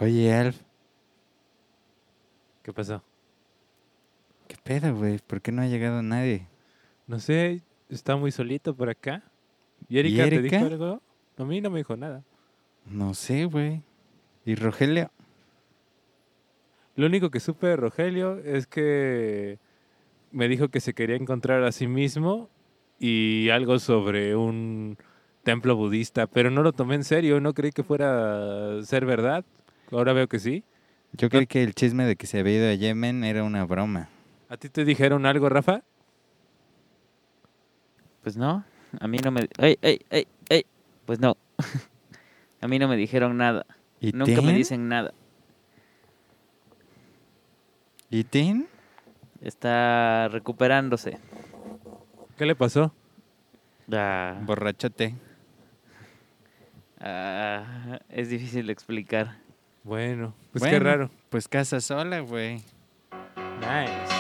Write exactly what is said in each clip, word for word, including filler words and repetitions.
Oye, Alf. ¿Qué pasó? ¿Qué pedo, güey? ¿Por qué no ha llegado nadie? No sé, está muy solito por acá. ¿Y Erika, ¿Y te Erika? dijo algo? A mí no me dijo nada. No sé, güey. ¿Y Rogelio? Lo único que supe de Rogelio es que me dijo que se quería encontrar a sí mismo y algo sobre un templo budista, pero no lo tomé en serio, no creí que fuera a ser verdad. Ahora veo que sí. Yo No- creí que el chisme de que se había ido a Yemen era una broma. ¿A ti te dijeron algo, Rafa? Pues no, a mí no me... ¡Ey, ey, ey, ey! Pues no, a mí no me dijeron nada. ¿Y Nunca Tin? me dicen nada. ¿Y Tin? Está recuperándose. ¿Qué le pasó? Ah, Borrachote. ah, es difícil de explicar. Bueno, pues Bueno, qué raro. Pues casa sola, güey. Nice.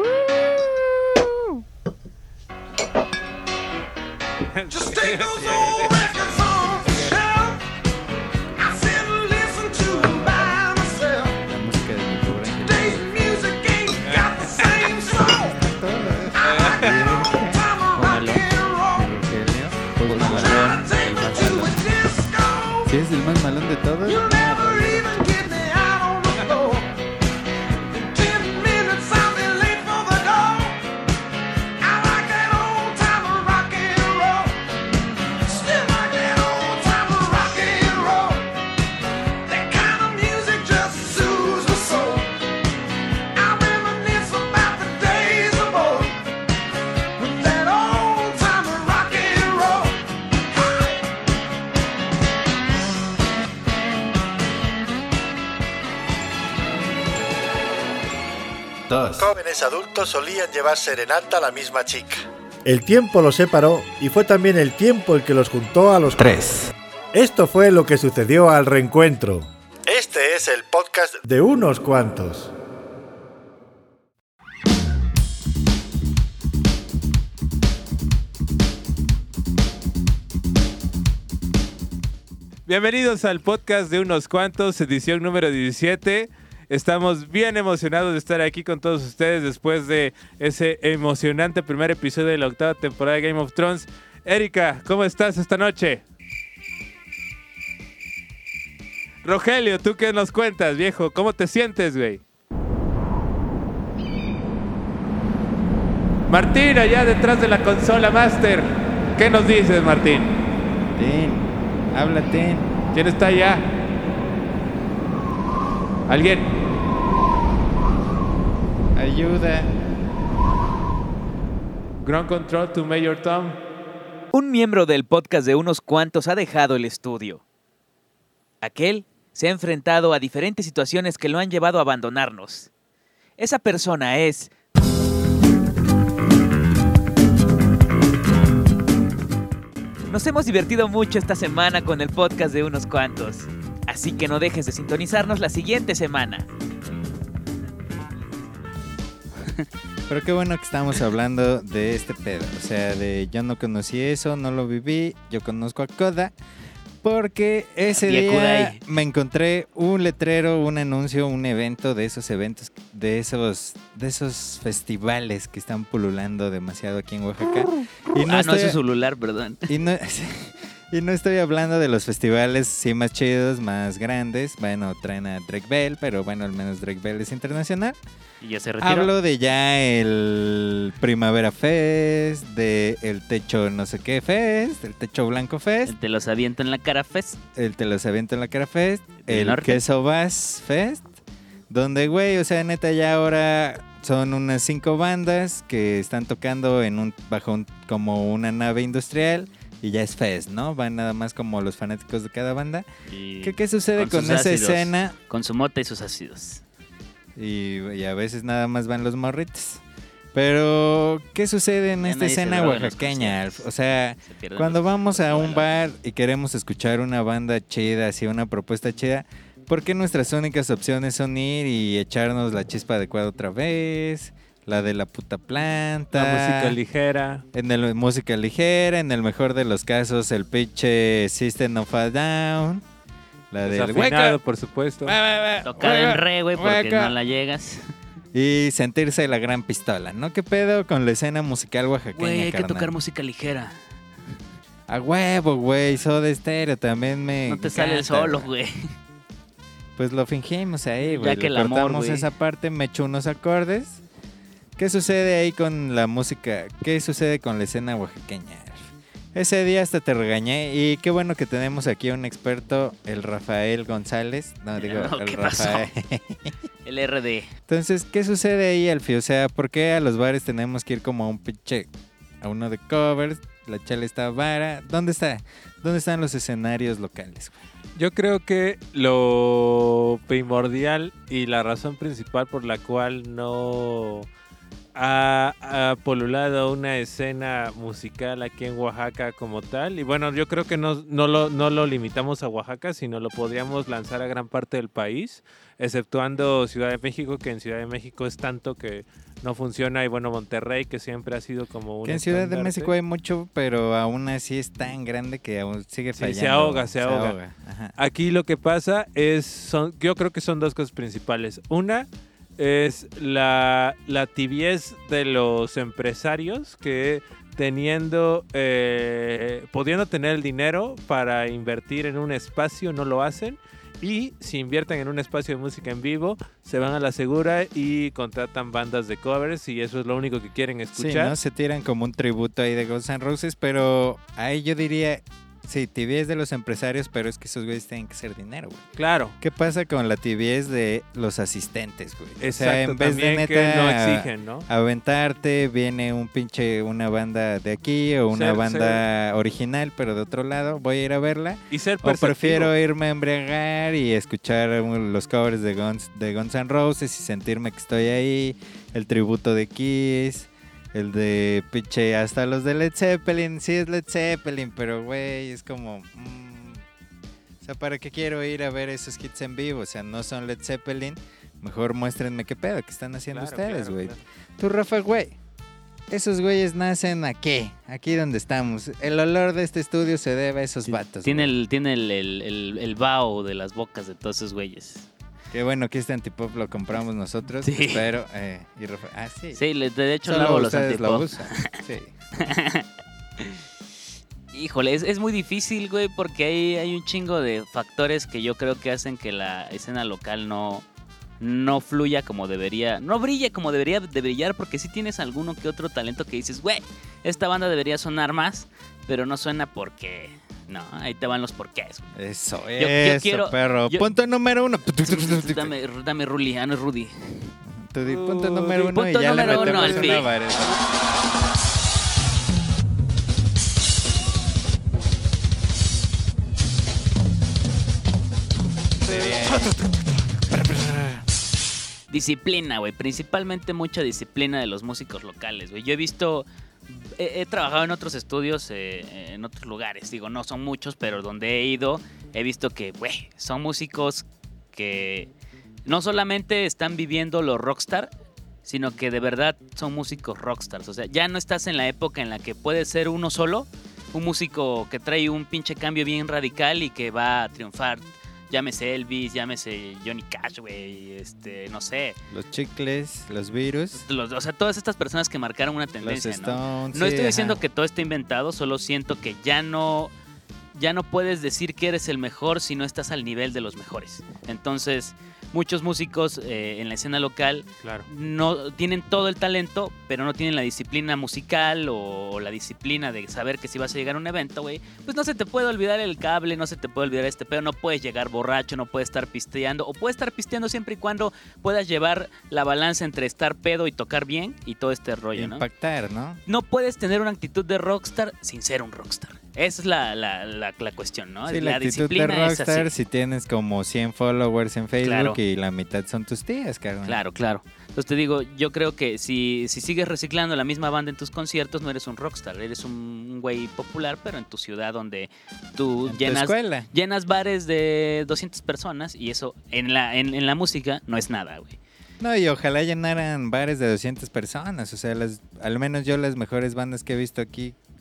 Just take those old records off the shelf. I sit and listen to them by myself. La música de mi pobre ángel. Today's music ain't got the same soul. I like that old time of rock and roll. Rogelio. Pues Try malón, to take el me más to a malón. disco. ¿Sí es el más malón de todos? You'll never even get me out on the floor. In ten minutes I'll be late for the door. I like that old time of rock and roll. Still like that old time of rock and roll. That kind of music just soothes my soul. I reminisce about the days of old with that old time of rock and roll. Dos. Jóvenes adultos solían llevar serenata a la misma chica. El tiempo los separó y fue también el tiempo el que los juntó a los Tres. Esto fue lo que sucedió al reencuentro Este es el podcast de unos cuantos. Bienvenidos al podcast de Unos Cuantos, edición número diecisiete. Estamos bien emocionados de estar aquí con todos ustedes después de ese emocionante primer episodio de la octava temporada de Game of Thrones. Erika, ¿cómo estás esta noche? Rogelio, ¿tú qué nos cuentas, viejo? ¿Cómo te sientes, güey? Martín, allá detrás de la consola Master. ¿Qué nos dices, Martín? Tin. Habla, Tin. ¿Quién está allá? ¿Alguien? Ayuda. Ground Control to Mayor Tom. Un miembro del podcast de unos cuantos ha dejado el estudio. Aquel se ha enfrentado a diferentes situaciones que lo han llevado a abandonarnos. Esa persona es... Nos hemos divertido mucho esta semana con el podcast de unos cuantos. Así que no dejes de sintonizarnos la siguiente semana. Pero qué bueno que estamos hablando de este pedo. O sea, de yo no conocí eso, no lo viví. Yo conozco a Koda. Porque ese Y a día Kudai. me encontré un letrero, un anuncio, un evento de esos eventos, de esos, de esos festivales que están pululando demasiado aquí en Oaxaca. Y ah, no, estoy- es su celular, perdón. Y no, y no estoy hablando de los festivales sí más chidos, más grandes. Bueno, traen a Drake Bell, pero bueno, al menos Drake Bell es internacional. Y ya se retiró. Hablo de ya el Primavera Fest, de el Techo no sé qué Fest, el Techo Blanco Fest, Te los aviento en la cara, Fest. el Te los aviento en la cara Fest, Del el norte. Queso Bass Fest, donde, güey, o sea, neta, ya ahora son unas cinco bandas que están tocando en un bajo un- como una nave industrial y ya es Fest, ¿no? Van nada más como los fanáticos de cada banda. Y ¿Qué, qué sucede con con, sus esa ácidos. escena? Con su mota y sus ácidos. Y, y a veces nada más van los morritos. Pero, ¿qué sucede en Ya esta nadie se escena droga en los oaxaqueña? conciertos. O sea, Se pierden cuando los- vamos a un Bueno. bar y queremos escuchar una banda chida, así una propuesta chida, ¿por qué nuestras únicas opciones son ir y echarnos la chispa adecuada otra vez? La de la puta planta. La música ligera. En el música ligera, en el mejor de los casos, el pinche System of a Down. La del Desafinado, hueca. por supuesto. Tocar en re, güey, porque hueca. no la llegas. Y sentirse la gran pistola, ¿no? ¿Qué pedo con la escena musical oaxaqueña, Güey, hay que carnal? tocar música ligera. A huevo, güey, Soda Stereo también me No te sale el encanta, solo, güey. güey. Pues lo fingimos ahí, Ya güey. que Le el amor, cortamos güey. esa parte, me echo unos acordes. ¿Qué sucede ahí con la música? ¿Qué sucede con la escena oaxaqueña? Ese día hasta te regañé y qué bueno que tenemos aquí a un experto, el Rafael González. No, digo, No, el ¿qué pasó? Rafael. El R D. Entonces, ¿qué sucede ahí, Alfie? O sea, ¿por qué a los bares tenemos que ir como a un pinche, a uno de covers? La chela está vara. ¿Dónde está? ¿Dónde están los escenarios locales, güey? Yo creo que lo primordial y la razón principal por la cual no ha, ha polulado una escena musical aquí en Oaxaca como tal, y bueno, yo creo que no, no, lo, no lo limitamos a Oaxaca, sino lo podríamos lanzar a gran parte del país, exceptuando Ciudad de México, que en Ciudad de México es tanto que no funciona, y bueno, Monterrey, que siempre ha sido como un Que en Ciudad de estandarte. México hay mucho, pero aún así es tan grande que aún sigue Sí, fallando. se ahoga, se ahoga. Ajá. Aquí lo que pasa es, son, yo creo que son dos cosas principales. Una es la, la tibiez de los empresarios que teniendo, eh, pudiendo tener el dinero para invertir en un espacio, no lo hacen. Y si invierten en un espacio de música en vivo, se van a la segura y contratan bandas de covers y eso es lo único que quieren Sí, escuchar. ¿no? Se tiran como un tributo ahí de Guns N' Roses, pero ahí yo diría, sí, tibiez de los empresarios, pero es que esos güeyes tienen que ser dinero, güey. Claro. ¿Qué pasa con la tibiez de los asistentes, güey? O sea, Exacto, en vez de también neta que no exigen, ¿no? aventarte, viene un pinche, una banda de aquí o una Ser- banda original, pero de otro lado, voy a ir a verla. Y ser O perceptivo. prefiero irme a embriagar y escuchar un- los covers de Guns, de Guns N' Roses y sentirme que estoy ahí, el tributo de Kiss, el de pinche hasta los de Led Zeppelin, sí es Led Zeppelin, pero güey, es como... mm, o sea, ¿para qué quiero ir a ver esos hits en vivo? O sea, no son Led Zeppelin, mejor muéstrenme qué pedo, qué están haciendo Claro, ustedes, claro, güey. claro. Tú, Rafa, güey, esos güeyes nacen aquí, aquí donde estamos. El olor de este estudio se debe a esos vatos. Tiene güey. el, tiene el, el, el, el vaho de las bocas de todos esos güeyes. Qué bueno que este antipop lo compramos nosotros, Sí. espero. Eh, y Rafa, ah, sí. Sí, le- de hecho Solo lavo los ustedes lo antipop. usan. Sí. Híjole, es, es muy difícil, güey, porque hay, hay un chingo de factores que yo creo que hacen que la escena local no, no fluya como debería, no brille como debería de brillar, porque sí tienes alguno que otro talento que dices, güey, esta banda debería sonar más, pero no suena porque... No, ahí te van los porqués. güey. Eso, yo eso, quiero- perro. yo- Punto número uno. Dame, dame Ruli, ah, no es Rudy. Tú di punto número uno Punto y ya le número uno, metemos Alfie. una vareta. Disciplina, güey. Principalmente mucha disciplina de los músicos locales, güey. Yo he visto... He, he trabajado en otros estudios, eh, en otros lugares. Digo, no son muchos, pero donde he ido, he visto que, güey, son músicos que no solamente están viviendo lo rockstar, sino que de verdad son músicos rockstars. O sea, ya no estás en la época en la que puede ser uno solo, un músico que trae un pinche cambio bien radical y que va a triunfar. Llámese Elvis, llámese Johnny Cash, güey, este, no sé. Los chicles, los virus, Los- o sea, todas estas personas que marcaron una los tendencia, ¿no? Stones. No sí, estoy diciendo ajá. que todo esté inventado, solo siento que ya no, ya no puedes decir que eres el mejor si no estás al nivel de los mejores. Entonces, muchos músicos eh, en la escena local Claro. no tienen todo el talento, pero no tienen la disciplina musical o, o la disciplina de saber que si vas a llegar a un evento, güey, pues no se te puede olvidar el cable, no se te puede olvidar este pedo, no puedes llegar borracho, no puedes estar pisteando, o puedes estar pisteando siempre y cuando puedas llevar la balanza entre estar pedo y tocar bien y todo este rollo, ¿no? Impactar, ¿no? No puedes tener una actitud de rockstar sin ser un rockstar. Esa es la, la, la, la cuestión, ¿no? Sí, la, actitud de disciplina es rockstar así. si tienes como cien followers en Facebook Claro. y la mitad son tus tías, carnal. Claro, claro. Entonces te digo, yo creo que si, si sigues reciclando la misma banda en tus conciertos, no eres un rockstar, eres un güey popular, pero en tu ciudad donde tú En tu llenas, escuela. llenas bares de doscientas personas y eso en la, en, en la música no es nada, güey. No, y ojalá llenaran bares de doscientas personas. O sea, las, al menos yo las mejores bandas que he visto aquí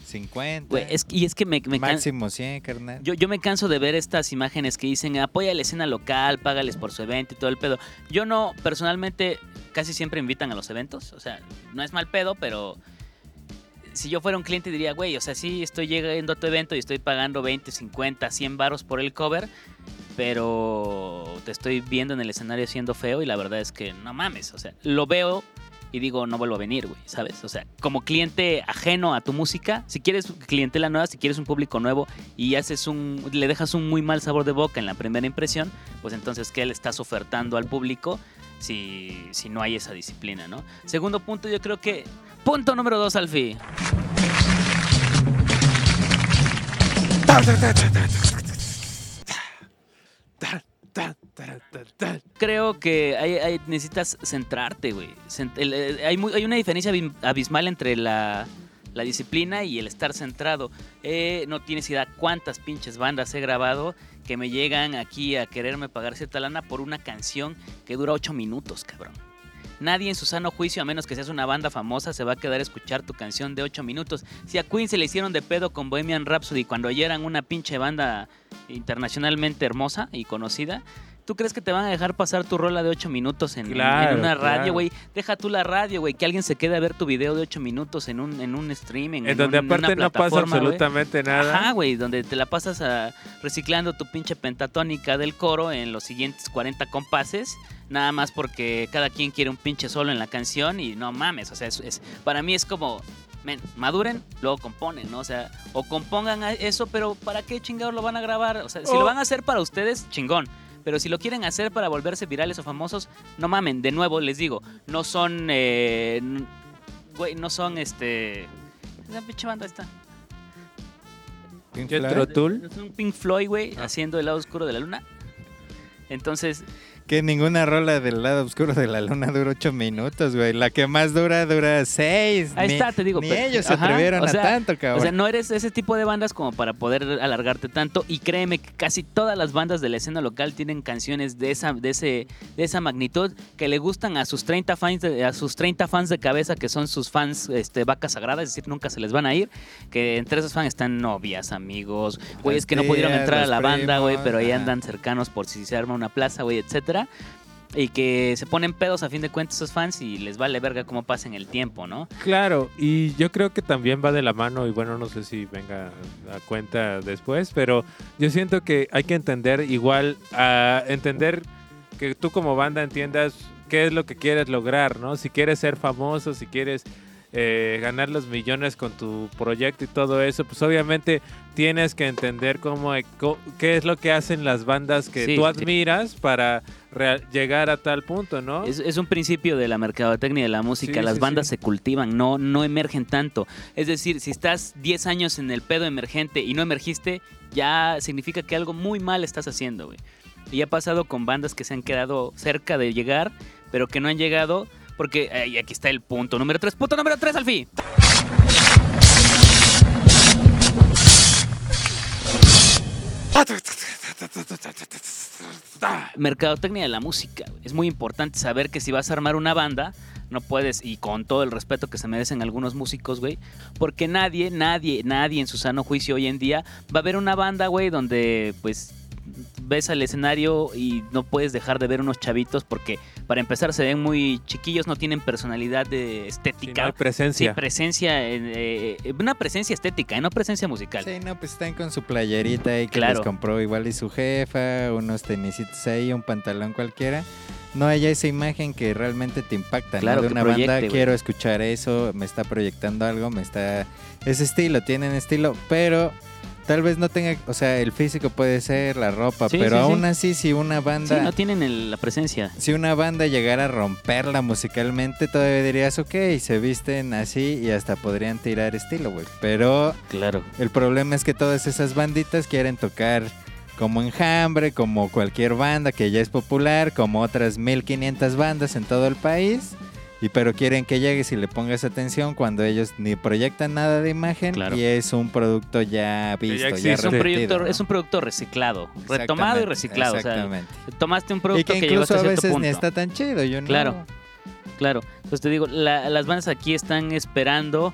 cincuenta. Güey, es, y es que me, me can- máximo cien, carnal. Yo, yo me canso de ver estas imágenes que dicen apoya la escena local, págales por su evento y todo el pedo. Yo no, personalmente, casi siempre invitan a los eventos. O sea, no es mal pedo, pero si yo fuera un cliente diría, güey, o sea, sí estoy llegando a tu evento y estoy pagando veinte, cincuenta, cien varos por el cover, pero te estoy viendo en el escenario siendo feo y la verdad es que no mames. O sea, lo veo y digo, no vuelvo a venir, güey, ¿sabes? O sea, como cliente ajeno a tu música, si quieres clientela nueva, si quieres un público nuevo y haces un, le dejas un muy mal sabor de boca en la primera impresión, pues entonces, ¿qué le estás ofertando al público si, si no hay esa disciplina, ¿no? Segundo punto, yo creo que... Punto número dos, Alfie. Creo que hay, hay- necesitas centrarte, güey. Cent- el- el- hay, muy- hay una diferencia abim- abismal entre la, la disciplina y el estar centrado. Eh, no tienes idea cuántas pinches bandas he grabado que me llegan aquí a quererme pagar cierta lana por una canción que dura ocho minutos, cabrón. Nadie en su sano juicio, a menos que seas una banda famosa, se va a quedar a escuchar tu canción de ocho minutos. Si a Queen se le hicieron de pedo con Bohemian Rhapsody cuando ya eran una pinche banda internacionalmente hermosa y conocida, ¿tú crees que te van a dejar pasar tu rola de ocho minutos en, en- Claro, en una claro. radio, güey? Deja tú la radio, güey, que alguien se quede a ver tu video de ocho minutos en un, en un streaming. En donde un- una aparte no pasa plataforma, güey. absolutamente nada. Ajá, güey, donde te la pasas a- reciclando tu pinche pentatónica del coro en los siguientes cuarenta compases, nada más porque cada quien quiere un pinche solo en la canción y no mames, o sea, es, es- para mí es como, men, maduren, luego componen, ¿no? O sea, o compongan a- eso, pero ¿para qué chingados lo van a grabar? O sea, si O- lo van a hacer para ustedes, chingón. Pero si lo quieren hacer para volverse virales o famosos, no mamen, de nuevo les digo, no son, eh, n- güey, no son este... Esa pinche banda está. Pink Jethro Floyd. Tull. Es un Pink Floyd, güey, Ah. haciendo el lado oscuro de la luna. Entonces, Que ninguna rola del lado oscuro de la luna dura ocho minutos, güey. La que más dura, dura seis. ahí Ni- está, te digo. Ni pero- ellos se ajá, atrevieron o sea, a tanto, cabrón. O sea, no eres ese tipo de bandas como para poder alargarte tanto. Y créeme que casi todas las bandas de la escena local tienen canciones de esa, de ese, de esa magnitud que le gustan a sus treinta fans de, a sus treinta fans de cabeza, que son sus fans este, vacas sagradas, es decir, nunca se les van a ir. Que entre esos fans están novias, amigos, güeyes que no pudieron tías, entrar a los la banda, güey, primos, pero ahí ajá. andan cercanos por si se arma una plaza, güey, etcétera. Y que se ponen pedos a fin de cuentas esos fans y les vale verga cómo pasen el tiempo, ¿no? Claro, y yo creo que también va de la mano, y bueno, no sé si venga a cuenta después, pero yo siento que hay que entender igual, a entender que tú como banda entiendas qué es lo que quieres lograr, ¿no? Si quieres ser famoso, si quieres eh, ganar los millones con tu proyecto y todo eso, pues obviamente tienes que entender cómo, co- qué es lo que hacen las bandas que Sí, tú sí. admiras para real- llegar a tal punto, ¿no? Es, es un principio de la mercadotecnia de la música. Sí, Las sí, bandas sí. se cultivan, no, no emergen tanto. Es decir, si estás diez años en el pedo emergente y no emergiste, ya significa que algo muy mal estás haciendo, güey. Y ha pasado con bandas que se han quedado cerca de llegar, pero que no han llegado, porque ay, aquí está el punto número tres. Punto número tres, Alfie. Mercadotecnia de la música. Es muy importante saber que si vas a armar una banda, no puedes, y con todo el respeto que se merecen algunos músicos, güey, porque nadie, nadie, nadie en su sano juicio hoy en día va a ver una banda, güey, donde pues ves al escenario y no puedes dejar de ver unos chavitos porque para empezar se ven muy chiquillos, no tienen personalidad de Si estética. no hay presencia. Sí, presencia, eh, eh, una presencia estética, eh, no presencia musical. Sí, no, pues están con su playerita ahí que Claro. les compró igual y su jefa, unos tenisitos ahí, un pantalón cualquiera. No hay esa imagen que realmente te impacta, ¿no? Claro, De que una proyecte, banda, güey. quiero escuchar eso, me está proyectando algo, me está... Ese estilo, tienen estilo, pero tal vez no tenga... O sea, el físico puede ser, la ropa, Sí, pero sí, sí. aún así si una Sí, banda... no tienen el- la presencia. Si una banda llegara a romperla musicalmente, todavía dirías, ok, se visten así y hasta podrían tirar estilo, güey. Pero Claro. el problema es que todas esas banditas quieren tocar como Enjambre, como cualquier banda que ya es popular, como otras mil quinientas bandas en todo el país. Y pero quieren que llegues y le pongas atención cuando ellos ni proyectan nada de imagen Claro. y es un producto ya visto, ya, existe. Es un, repetido, proyecto, ¿no? es un producto reciclado, retomado y Exactamente, reciclado. O sea, Exactamente. tomaste un Y producto que que, llegó incluso hasta a cierto veces punto. ni está tan chido, yo no. Claro. Claro. Pues te digo, la- las bandas aquí están esperando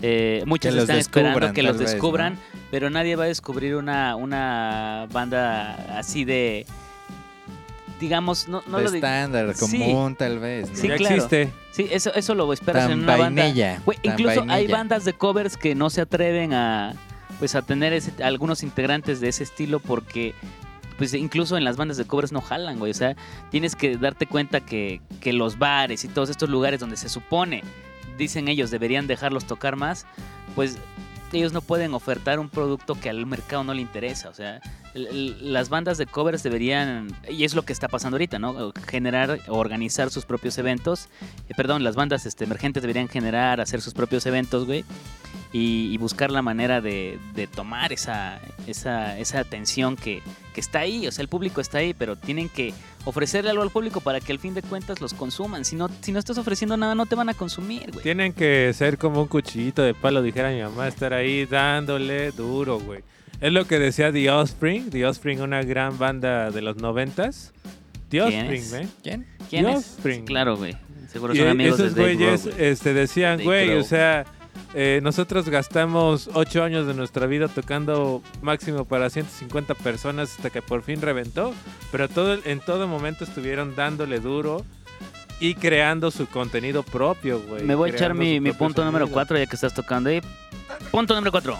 Eh, muchos Que los están esperando descubran, que los tal vez, descubran, ¿no? pero nadie va a descubrir una, una banda así de, digamos, no, no de lo de- estándar, Sí. común, tal vez. ¿no? Sí, ya claro. existe. Sí, eso, eso lo esperas Tan en una banda. vainilla, Güey, tan incluso hay vainilla. bandas de covers que no se atreven a, pues, a tener ese- algunos integrantes de ese estilo porque, pues, incluso en las bandas de covers no jalan, güey. O sea, tienes que darte cuenta que, que los bares y todos estos lugares donde se supone, dicen ellos, deberían dejarlos tocar más, pues ellos no pueden ofertar un producto que al mercado no le interesa. O sea, l- l- las bandas de covers deberían, y es lo que está pasando ahorita, ¿no? Generar o organizar sus propios eventos. Eh, perdón, las bandas este, emergentes deberían generar, hacer sus propios eventos, güey. Y, y buscar la manera de, de tomar esa, esa, esa atención que, que está ahí. O sea, el público está ahí, pero tienen que ofrecerle algo al público para que al fin de cuentas los consuman. Si no, si no estás ofreciendo nada, no te van a consumir, güey. Tienen que ser como un cuchillito de palo, dijera mi mamá, estar ahí dándole duro, güey. Es lo que decía The Offspring. The Offspring, una gran banda de los noventas. The ¿Quién Offspring, es? ¿eh? ¿Quién? ¿Quién The es? Offspring. Claro, güey. Seguro Y son amigos esos de Dave güeyes Grohl, güey. este, decían, Dave güey, o Grohl. sea, eh, nosotros gastamos ocho años de nuestra vida tocando máximo para ciento cincuenta personas hasta que por fin reventó, pero todo, en todo momento estuvieron dándole duro y creando su contenido propio, güey. Me voy a echar creando mi, su mi propio punto número sonido. cuatro ya que estás tocando ahí. Punto número cuatro.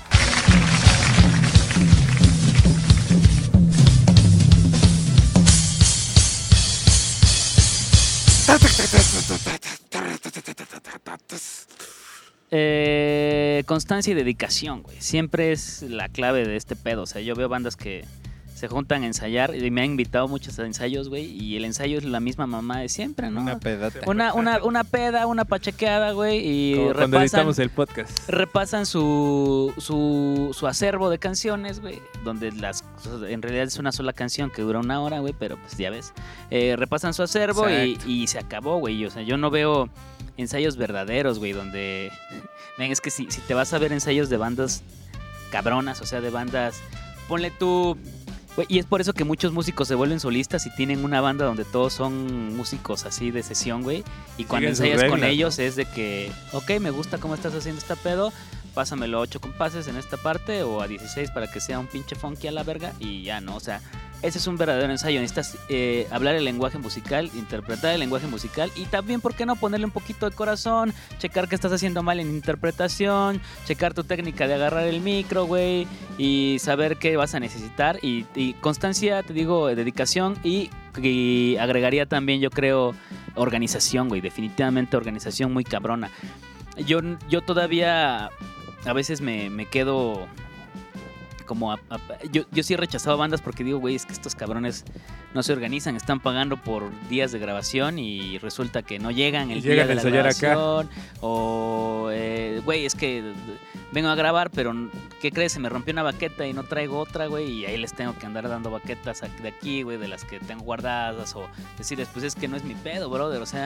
Eh, constancia y dedicación, güey. Siempre es la clave de este pedo. O sea, yo veo bandas que se juntan a ensayar y me han invitado muchos a ensayos, güey. Y el ensayo es la misma mamá de siempre, ¿no? Una pedota. Una, una, una peda, una pachequeada, güey. Y Como cuando repasan, editamos el podcast. repasan su, su, su acervo de canciones, güey. Donde las en realidad es una sola canción que dura una hora, güey. Pero pues ya ves. Eh, repasan su acervo y, Exacto. y se acabó, güey. O sea, yo no veo ensayos verdaderos, güey. Donde. Ven, es que si, si te vas a ver ensayos de bandas cabronas, o sea, de bandas. Ponle tú. Güey, y es por eso que muchos músicos se vuelven solistas y tienen una banda donde todos son músicos así de sesión, güey. Y cuando Siguen sus ensayas con reglas, ellos ¿no? es de que, ok, me gusta cómo estás haciendo esta pedo, pásamelo a ocho compases en esta parte o a dieciséis para que sea un pinche funky a la verga y ya, ¿no? O sea, ese es un verdadero ensayo. Necesitas eh, hablar el lenguaje musical, interpretar el lenguaje musical y también, ¿por qué no ponerle un poquito de corazón? Checar que estás haciendo mal en interpretación, checar tu técnica de agarrar el micro, güey, y saber qué vas a necesitar. Y, y constancia, te digo, dedicación y, y agregaría también, yo creo, organización, güey. Definitivamente organización muy cabrona. Yo, yo todavía a veces me, me quedo como... A, a- yo, yo sí he rechazado bandas porque digo, güey, es que estos cabrones no se organizan, están pagando por días de grabación y resulta que no llegan el Y día llegan de a la ensayar acá. grabación. O, eh, güey, es que vengo a grabar, pero ¿qué crees? Se me rompió una baqueta y no traigo otra, güey, y ahí les tengo que andar dando baquetas de aquí, güey, de las que tengo guardadas, o decirles, pues es que no es mi pedo, brother, o sea...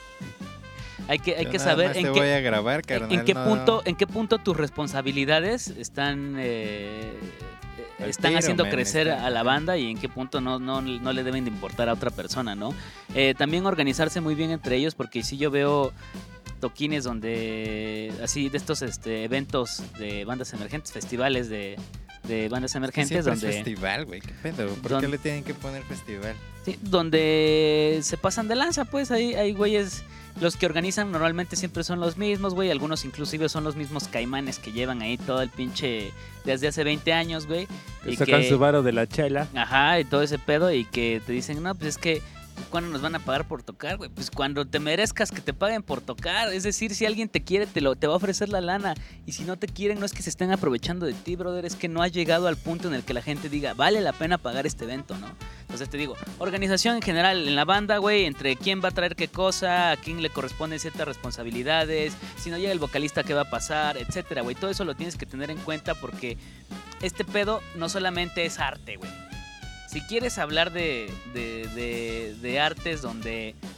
Hay que, hay Yo que nada saber más en te qué, voy a grabar, en- carnal. en qué no- punto, en qué punto tus responsabilidades están eh, eh, Al están tiro, haciendo man, crecer está- a la banda y en qué punto no, no, no le deben de importar a otra persona, ¿no? Eh, también organizarse muy bien entre ellos, porque si yo veo toquines donde así de estos este, eventos de bandas emergentes, festivales de, de bandas emergentes Siempre es donde festival, güey. ¿Qué pedo? ¿Por Don- qué le tienen que poner festival? Sí, donde se pasan de lanza, pues ahí hay güeyes, los que organizan normalmente siempre son los mismos, güey, algunos inclusive son los mismos caimanes que llevan ahí todo el pinche desde hace veinte años, güey. Que y sacan que- su varo de la chela. Ajá, y todo ese pedo y que te dicen, no, pues es que ¿cuándo nos van a pagar por tocar, güey? Pues cuando te merezcas que te paguen por tocar. Es decir, si alguien te quiere, te, lo, te va a ofrecer la lana. Y si no te quieren, no es que se estén aprovechando de ti, brother. Es que no has llegado al punto en el que la gente diga, vale la pena pagar este evento, ¿no? Entonces te digo, organización en general en la banda, güey, entre quién va a traer qué cosa, a quién le corresponden ciertas responsabilidades, si no llega el vocalista, qué va a pasar, etcétera, güey. Todo eso lo tienes que tener en cuenta porque este pedo no solamente es arte, güey. Si quieres hablar de, de, de, de artes donde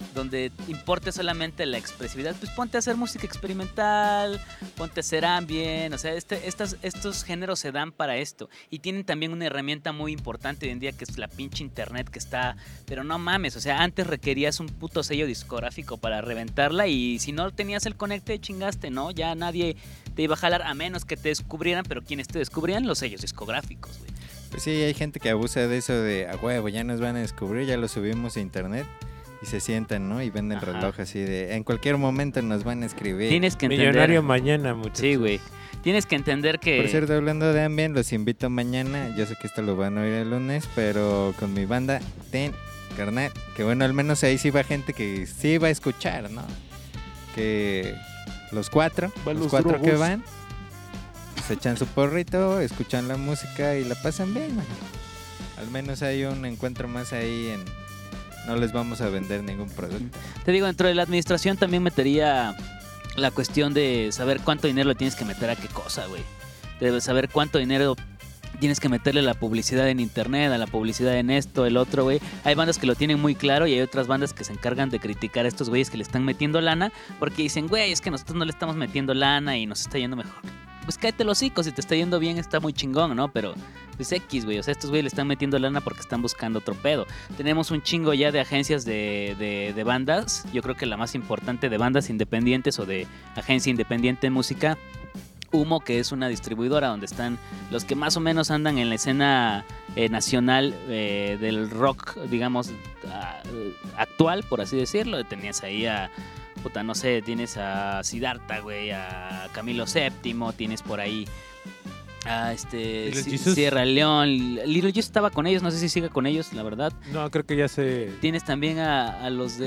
donde importe solamente la expresividad, pues ponte a hacer música experimental, ponte a hacer ambient, o sea, este, estas, estos géneros se dan para esto y tienen también una herramienta muy importante hoy en día que es la pinche internet que está, pero no mames, o sea, antes requerías un puto sello discográfico para reventarla y si no tenías el conecte chingaste, ¿no? Ya nadie te iba a jalar a menos que te descubrieran, pero quienes te descubrían los sellos discográficos, güey. Pues sí, hay gente que abusa de eso de, a huevo, ya nos van a descubrir, ya lo subimos a internet y se sientan, ¿no? Y venden Ajá. reloj así de, en cualquier momento nos van a escribir. Tienes que entender. Millonario mañana, muchachos. Sí, güey. Tienes que entender que. Por cierto, hablando de ambient, los invito mañana, yo sé que esto lo van a oír el lunes, pero con mi banda, Ten, carnal, que bueno, al menos ahí sí va gente que sí va a escuchar, ¿no? Que los cuatro, Van los los cuatro que drogos. van, se echan su porrito, escuchan la música y la pasan bien, man. Al menos hay un encuentro más ahí en... No les vamos a vender ningún producto. Te digo, dentro de la administración también metería la cuestión de saber cuánto dinero le tienes que meter a qué cosa, güey. Debes saber cuánto dinero tienes que meterle a la publicidad en internet, a la publicidad en esto, el otro, güey. Hay bandas que lo tienen muy claro y hay otras bandas que se encargan de criticar a estos güeyes que le están metiendo lana porque dicen, güey, es que nosotros no le estamos metiendo lana y nos está yendo mejor. Pues cállate los hocico, si te está yendo bien está muy chingón, ¿no? Pero pues X, güey, o sea, estos güeyes le están metiendo lana porque están buscando otro pedo. Tenemos un chingo ya de agencias de, de, de bandas, yo creo que la más importante de bandas independientes o de agencia independiente en música, Humo, que es una distribuidora donde están los que más o menos andan en la escena eh, nacional eh, del rock, digamos, a- actual, por así decirlo. Tenías ahí a... Puta, no sé, tienes a Siddhartha, güey, a Camilo Séptimo, tienes por ahí a este Little Si- Jesus. Sierra León. Little Jesus estaba con ellos, no sé si sigue con ellos, la verdad. No, creo que ya se... Tienes también a, a los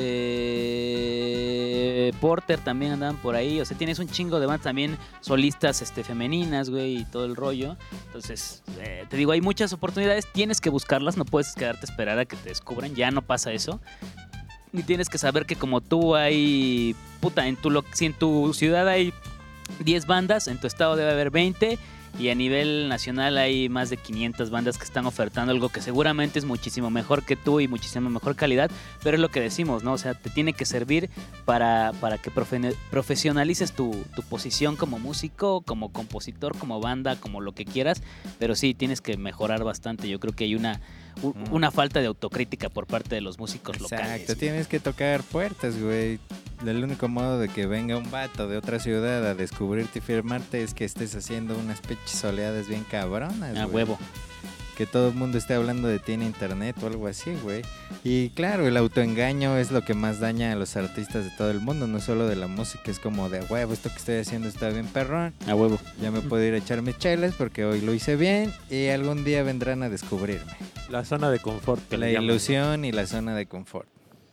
de Porter, también andaban por ahí. O sea, tienes un chingo de bandas también solistas este, femeninas, güey, y todo el rollo. Entonces, eh, te digo, hay muchas oportunidades, tienes que buscarlas, no puedes quedarte a esperar a que te descubran, ya no pasa eso. Y tienes que saber que como tú hay, puta, en tu, lo- si en tu ciudad hay diez bandas, en tu estado debe haber veinte. Y a nivel nacional hay más de quinientas bandas que están ofertando algo que seguramente es muchísimo mejor que tú y muchísimo mejor calidad, pero es lo que decimos, ¿no? O sea, te tiene que servir para, para que profe- profesionalices tu, tu posición como músico, como compositor, como banda, como lo que quieras, pero sí, tienes que mejorar bastante. Yo creo que hay una, u- Mm. una falta de autocrítica por parte de los músicos locales. Exacto, güey. tienes que tocar puertas, güey. El único modo de que venga un vato de otra ciudad a descubrirte y firmarte es que estés haciendo unas pinches oleadas bien cabronas, A güey. huevo. Que todo el mundo esté hablando de ti en internet o algo así, güey. Y claro, el autoengaño es lo que más daña a los artistas de todo el mundo, no solo de la música. Es como de, huevo, esto que estoy haciendo está bien perrón. A huevo. Ya me puedo ir a echar mis chelas porque hoy lo hice bien y algún día vendrán a descubrirme. La zona de confort. que La le llaman. ilusión y la zona de confort.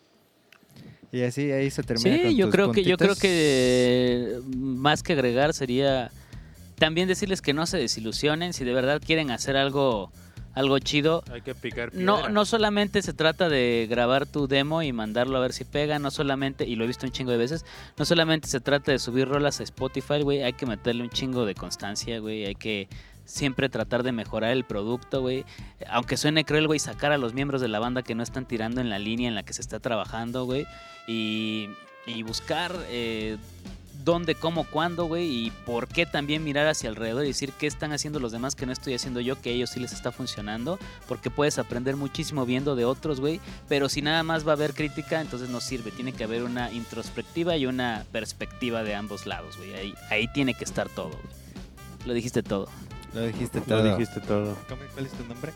Y así ahí se termina Sí, con yo tus creo que yo creo puntitos. que más que agregar sería también decirles que no se desilusionen si de verdad quieren hacer algo algo chido. Hay que picar No piedra. no solamente se trata de grabar tu demo y mandarlo a ver si pega, no solamente, y lo he visto un chingo de veces, no solamente se trata de subir rolas a Spotify, güey, hay que meterle un chingo de constancia, güey, hay que siempre tratar de mejorar el producto, güey. Aunque suene cruel, güey, sacar a los miembros de la banda que no están tirando en la línea en la que se está trabajando, güey. Y, y buscar eh, dónde, cómo, cuándo, güey. Y por qué también mirar hacia alrededor y decir qué están haciendo los demás que no estoy haciendo yo, que a ellos sí les está funcionando. Porque puedes aprender muchísimo viendo de otros, güey. Pero si nada más va a haber crítica, entonces no sirve. Tiene que haber una introspectiva y una perspectiva de ambos lados, güey. Ahí, ahí tiene que estar todo, güey. Lo dijiste todo. Lo dijiste todo. Lo dijiste todo. ¿Cómo- ¿Cuál es tu nombre?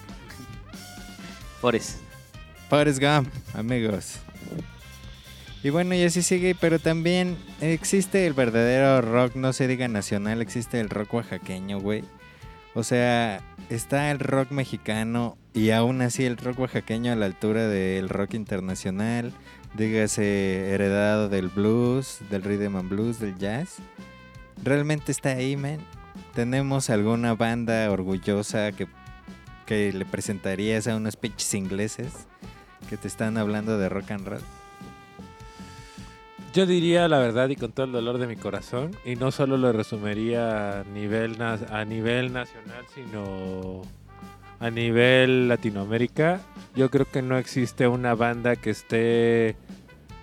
Forest. Forrest Gump, amigos. Y bueno, y así sigue, pero también existe el verdadero rock, no se diga nacional, existe el rock oaxaqueño, güey. O sea, está el rock mexicano y aún así el rock oaxaqueño a la altura del rock internacional, dígase heredado del blues, del rhythm and blues, del jazz. Realmente está ahí, man. ¿Tenemos alguna banda orgullosa que, que le presentarías a unos pinches ingleses que te están hablando de rock and roll? Yo diría la verdad y con todo el dolor de mi corazón, y no solo lo resumiría a nivel, na- a nivel nacional, sino a nivel Latinoamérica. Yo creo que no existe una banda que esté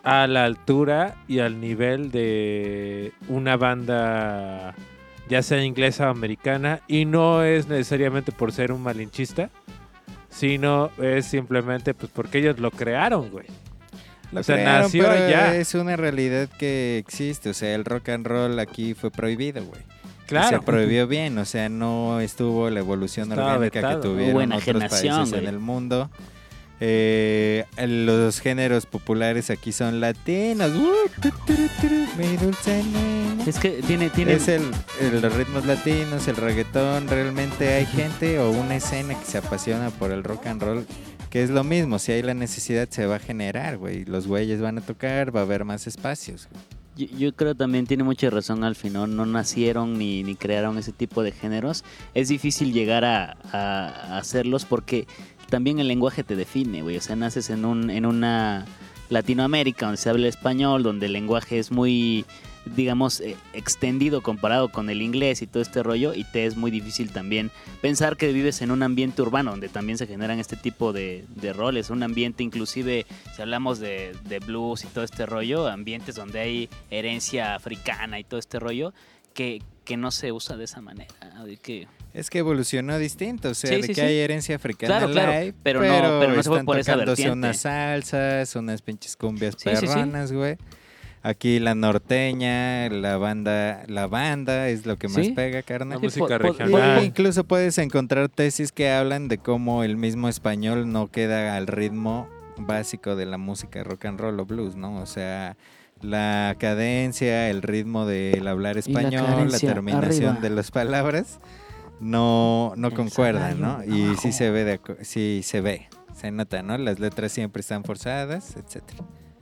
a la altura y al nivel de una banda, ya sea inglesa o americana, y no es necesariamente por ser un malinchista, sino es simplemente pues porque ellos lo crearon, güey. Lo O sea, crearon, nació pero allá. es una realidad que existe. O sea, el rock and roll aquí fue prohibido, güey. Y Claro. se prohibió bien, o sea, no estuvo la evolución Estaba orgánica vetado. que Hubo tuvieron otros enajenación, países güey. en el mundo. Eh, los géneros populares aquí son latinos. Uh, tu, tu, tu, tu, mi dulce nena. Es que tiene, tiene... Es el, el- los ritmos latinos, el reggaetón. Realmente hay gente o una escena que se apasiona por el rock and roll, que es lo mismo. Si hay la necesidad, se va a generar, güey. Los güeyes van a tocar, va a haber más espacios, güey. Yo, yo creo también tiene mucha razón al final, no nacieron ni, ni crearon ese tipo de géneros. Es difícil llegar a, a- a hacerlos porque también el lenguaje te define, güey. O sea, naces en, un, en una Latinoamérica donde se habla español, donde el lenguaje es muy, digamos, eh, extendido comparado con el inglés y todo este rollo, y te es muy difícil también pensar que vives en un ambiente urbano donde también se generan este tipo de, de roles, un ambiente inclusive, si hablamos de, de blues y todo este rollo, ambientes donde hay herencia africana y todo este rollo, que, que no se usa de esa manera, de que... Es que evolucionó distinto, o sea, Sí, de sí, que sí. hay herencia africana Claro, claro, live, pero no- pero no se fue están por esa tocándose vertiente. unas salsas, unas pinches cumbias Sí, sí, sí. perronas, güey. Aquí la norteña, la banda, la banda es lo que más Sí. pega, La carnal. Sí, música po- po- Y regional. incluso puedes encontrar tesis que hablan de cómo el mismo español no queda al ritmo básico de la música rock and roll o blues, ¿no? O sea, la cadencia, el ritmo del hablar Y la español, la, cadencia, terminación arriba. de las palabras no no El concuerdan, ¿no? salario, Y abajo. sí se ve de acu- sí se ve, se nota, ¿no? Las letras siempre están forzadas, etcétera.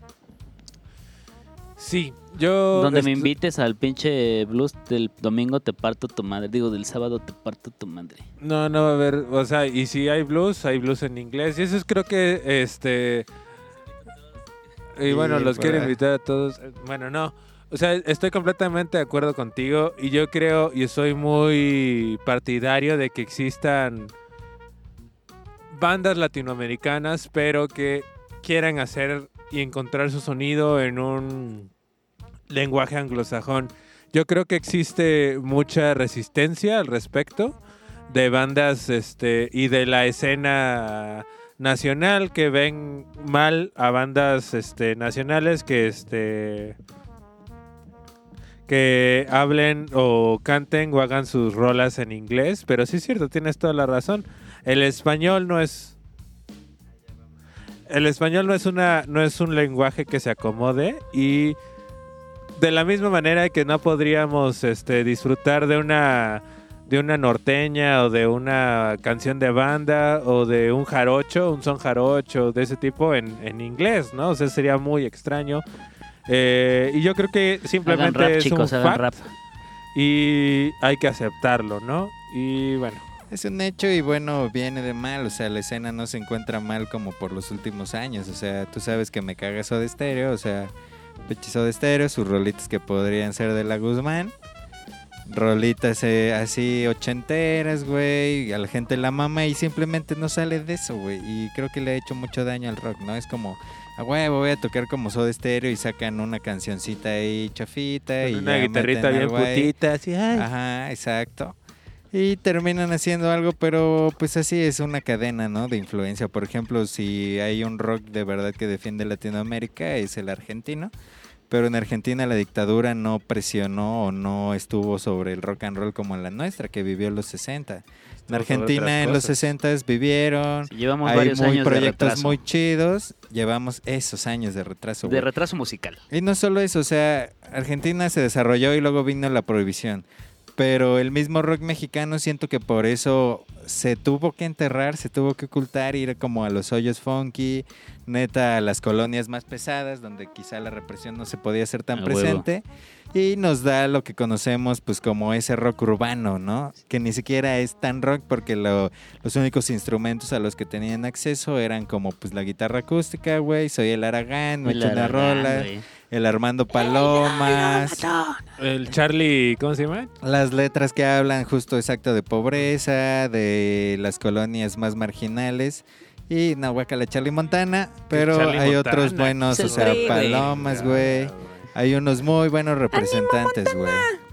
Sí, yo... Donde me estu- invites al pinche blues del domingo te parto tu madre. Digo, del sábado te parto tu madre. No, no va a haber, o sea, y si hay blues, hay blues en inglés. Y eso es creo que, este... Y Y bueno, los por quiero ahí. invitar a todos. eh, Bueno, no. O sea, estoy completamente de acuerdo contigo. Y yo creo, y soy muy partidario de que existan bandas latinoamericanas, pero que quieran hacer y encontrar su sonido en un lenguaje anglosajón. Yo creo que existe mucha resistencia al respecto de bandas este y de la escena nacional que ven mal a bandas este nacionales que este que hablen o canten o hagan sus rolas en inglés, pero sí es cierto, tienes toda la razón. El español no es el español no es una no es un lenguaje que se acomode, y de la misma manera que no podríamos este disfrutar de una de una norteña o de una canción de banda o de un jarocho, un son jarocho de ese tipo en, en inglés, ¿no? O sea, sería muy extraño. Eh, y yo creo que simplemente Hagan rap, es chicos, un hagan fact rap. y hay que aceptarlo, ¿no? Y bueno, Es un hecho y bueno, viene de mal, o sea, la escena no se encuentra mal como por los últimos años, o sea, tú sabes que me caga Soda Stereo, o sea, pinche Soda Stereo, sus rolitas que podrían ser de la Guzmán, rolitas eh, así ochenteras, güey, a la gente la mama y simplemente no sale de eso, güey, y creo que le ha hecho mucho daño al rock, ¿no? Es como, a huevo, voy a tocar como Soda Stereo y sacan una cancioncita ahí chafita y con una ya guitarrita meten bien algo ahí. putita, así, ay. Ajá, exacto. Y terminan haciendo algo, pero pues así es una cadena, ¿no? De influencia. Por ejemplo, si hay un rock de verdad que defiende Latinoamérica, es el argentino. Pero en Argentina la dictadura no presionó o no estuvo sobre el rock and roll como en la nuestra, que vivió en los sesenta. En sobre Argentina otras en los cosas. sesenta vivieron, Sí, llevamos hay varios muy años de proyectos retraso. muy chidos, llevamos esos años de retraso. De güey. retraso musical. Y no solo eso, o sea, Argentina se desarrolló y luego vino la prohibición. Pero el mismo rock mexicano siento que por eso se tuvo que enterrar, se tuvo que ocultar, ir como a los hoyos funky, neta a las colonias más pesadas, donde quizá la represión no se podía hacer tan A huevo. presente. Y nos da lo que conocemos pues como ese rock urbano, ¿no? Que ni siquiera es tan rock porque lo- los únicos instrumentos a los que tenían acceso eran como pues la guitarra acústica, güey, soy el Aragán, me El echo una Aragán, rola, güey. el Armando Palomas. El Charlie, ¿cómo se llama? Las letras que hablan justo exacto de pobreza, de las colonias más marginales Y no, guacala Charlie Montana, pero Charlie hay Montana. otros buenos, Se o sea, cree, güey. Palomas, güey. Hay unos muy buenos representantes, güey.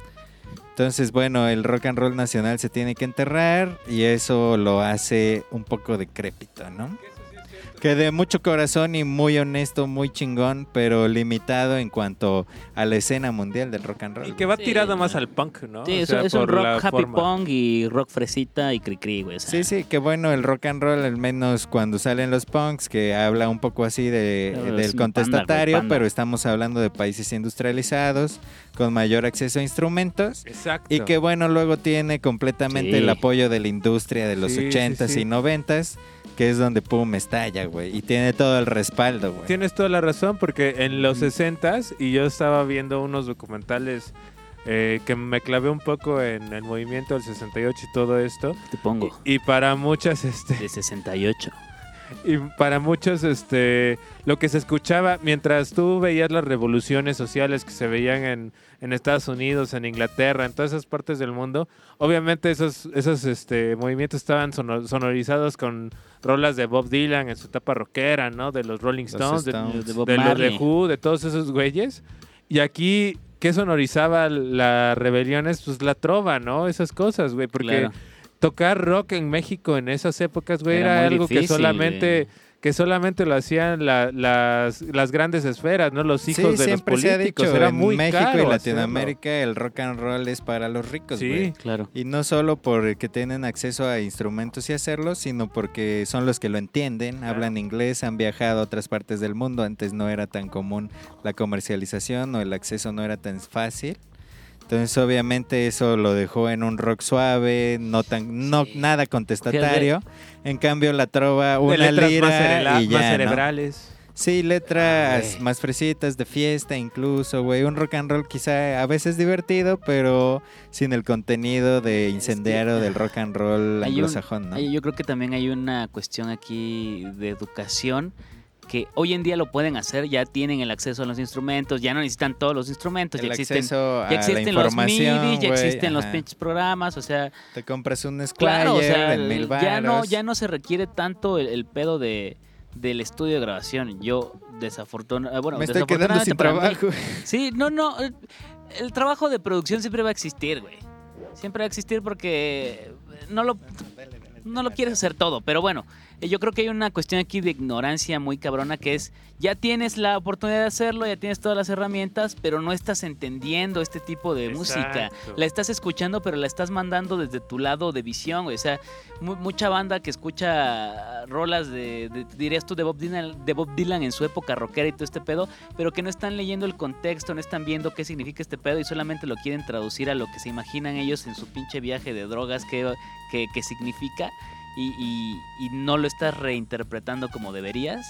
Entonces, bueno, el rock and roll nacional se tiene que enterrar y eso lo hace un poco decrépito, ¿no? Que de mucho corazón y muy honesto, muy chingón, pero limitado en cuanto a la escena mundial del rock and roll. Y que va Sí, tirado más no. al punk, ¿no? Sí, O es, sea, es un por la rock happy forma. punk y rock fresita y cri-cri, güey. o sea, Sí, sí, que bueno, el rock and roll, al menos cuando salen los punks, que habla un poco así de, Pero es del un contestatario, panda, güey, panda. pero estamos hablando de países industrializados, con mayor acceso a instrumentos. Exacto. Y que bueno, luego tiene completamente Sí. el apoyo de la industria de los Sí, sí, ochentas sí. y noventas, que es donde pum, estalla, güey. Y tiene todo el respaldo, güey. Tienes toda la razón, porque en los sesentas, y yo estaba viendo unos documentales eh, que me clavé un poco en el movimiento del sesenta y ocho y todo esto, te pongo. y para muchas, este, De sesenta y ocho. y para muchos, este, lo que se escuchaba, mientras tú veías las revoluciones sociales que se veían en, en Estados Unidos, en Inglaterra, en todas esas partes del mundo, obviamente esos, esos este, movimientos estaban sono- sonorizados con rolas de Bob Dylan en su etapa rockera, ¿no? De los Rolling Los Stones, de, Stones. De Bob de los de Marley. Who, de todos esos güeyes. Y aquí, ¿qué sonorizaba las rebeliones? Pues la trova, ¿no? Esas cosas, güey, porque Claro. tocar rock en México en esas épocas, güey, Era era, muy algo que difícil, solamente güey. que solamente lo hacían la- las, las grandes esferas, ¿no? Los hijos Sí, de los siempre se ha políticos. dicho, Era en muy México caro y hacerlo. Latinoamérica el rock and roll es para los ricos, Sí. güey. Claro. Y no solo porque tienen acceso a instrumentos y hacerlo, sino porque son los que lo entienden, Claro. hablan inglés, han viajado a otras partes del mundo. Antes no era tan común la comercialización o el acceso no era tan fácil. Entonces, obviamente, eso lo dejó en un rock suave, no tan, no Sí. nada contestatario. En cambio, la trova, De una letras lira más, cerela- y más ya, ¿no? cerebrales. Sí, letras Ay. más fresitas de fiesta incluso, güey. Un rock and roll quizá a veces divertido, pero sin el contenido de incendiario del rock and roll Hay un- anglosajón, ¿no? hay- yo creo que también hay una cuestión aquí de educación que hoy en día lo pueden hacer, ya tienen el acceso a los instrumentos, ya no necesitan todos los instrumentos, El ya existen, acceso a ya la existen los información, MIDI, ya güey, existen los ajá. pinches programas, o sea, Te compras un Squire claro, o sea, en mil ya no, varos. ya no se requiere tanto el, el pedo de del estudio de grabación. Yo desafortunadamente, bueno, Me estoy quedando desafortunadamente sin para mí- trabajo. Sí, no, no. El, el trabajo de producción siempre va a existir, güey. Siempre va a existir porque no lo, no lo quieres hacer todo. Pero bueno, eh, yo creo que hay una cuestión aquí de ignorancia muy cabrona que es, ya tienes la oportunidad de hacerlo, ya tienes todas las herramientas, pero no estás entendiendo este tipo de música. Exacto. La estás escuchando, pero la estás mandando desde tu lado de visión, güey. O sea, mu- mucha banda que escucha rolas de, de- dirías tú, de Bob Dylan, de Bob Dylan en su época rockera y todo este pedo, pero que no están leyendo el contexto, no están viendo qué significa este pedo y solamente lo quieren traducir a lo que se imaginan ellos en su pinche viaje de drogas que, que, que significa y, y- y no lo estás reinterpretando como deberías.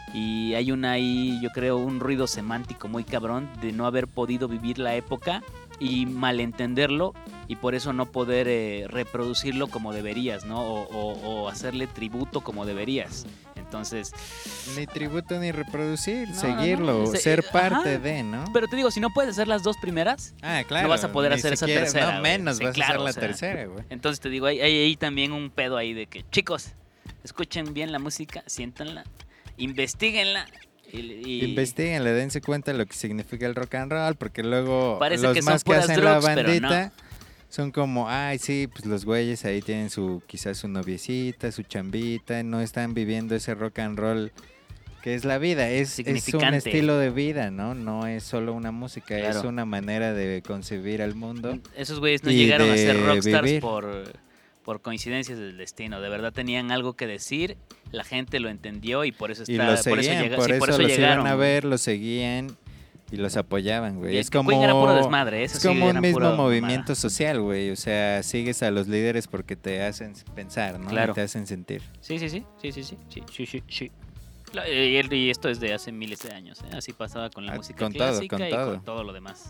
Y hay una ahí, yo creo, un ruido semántico muy cabrón de no haber podido vivir la época y malentenderlo y por eso no poder eh, reproducirlo como deberías, ¿no? O, o- o hacerle tributo como deberías. Entonces, Ni tributo ni reproducir, No, no, seguirlo, no. Se- ser ajá. parte de, ¿no? pero te digo, si no puedes hacer las dos primeras, Ah, claro. no vas a poder ni hacer esa siquiera- tercera, No, güey. menos Sí, vas a claro, hacer la o sea. tercera, güey. entonces te digo, hay, hay ahí también un pedo ahí de que, chicos, escuchen bien la música, siéntanla, investiguenla. Y, y- Investíguenle, dense cuenta de lo que significa el rock and roll, porque luego Parece los que son más que puras hacen drugs, la pero bandita son como, ay, sí, pues los güeyes ahí tienen su, quizás su noviecita, su chambita, no están viviendo ese rock and roll que es la vida, es, es un Significante. estilo de vida, ¿no? No es solo una música, es Claro. una manera de concebir al mundo. Esos güeyes no y llegaron a de ser rockstars vivir. por, por coincidencias del destino. De verdad tenían algo que decir, la gente lo entendió y por eso está, Y lo por eso, seguían, llega- por sí, eso, por eso los llegaron. iban a ver, los seguían y los apoyaban, güey. Y Es el como, Queen era puro desmadre, eso es sí, como un eran mismo pura movimiento mamada. social, güey. O sea, sigues a los líderes porque te hacen pensar, ¿no? Claro. Y te hacen sentir. Sí, sí, sí, sí, sí, sí, sí, sí, sí, sí. Lo- Y, y esto es de hace miles de años, ¿eh? Así pasaba con la Ah, música con todo, clásica con y todo. con todo lo demás.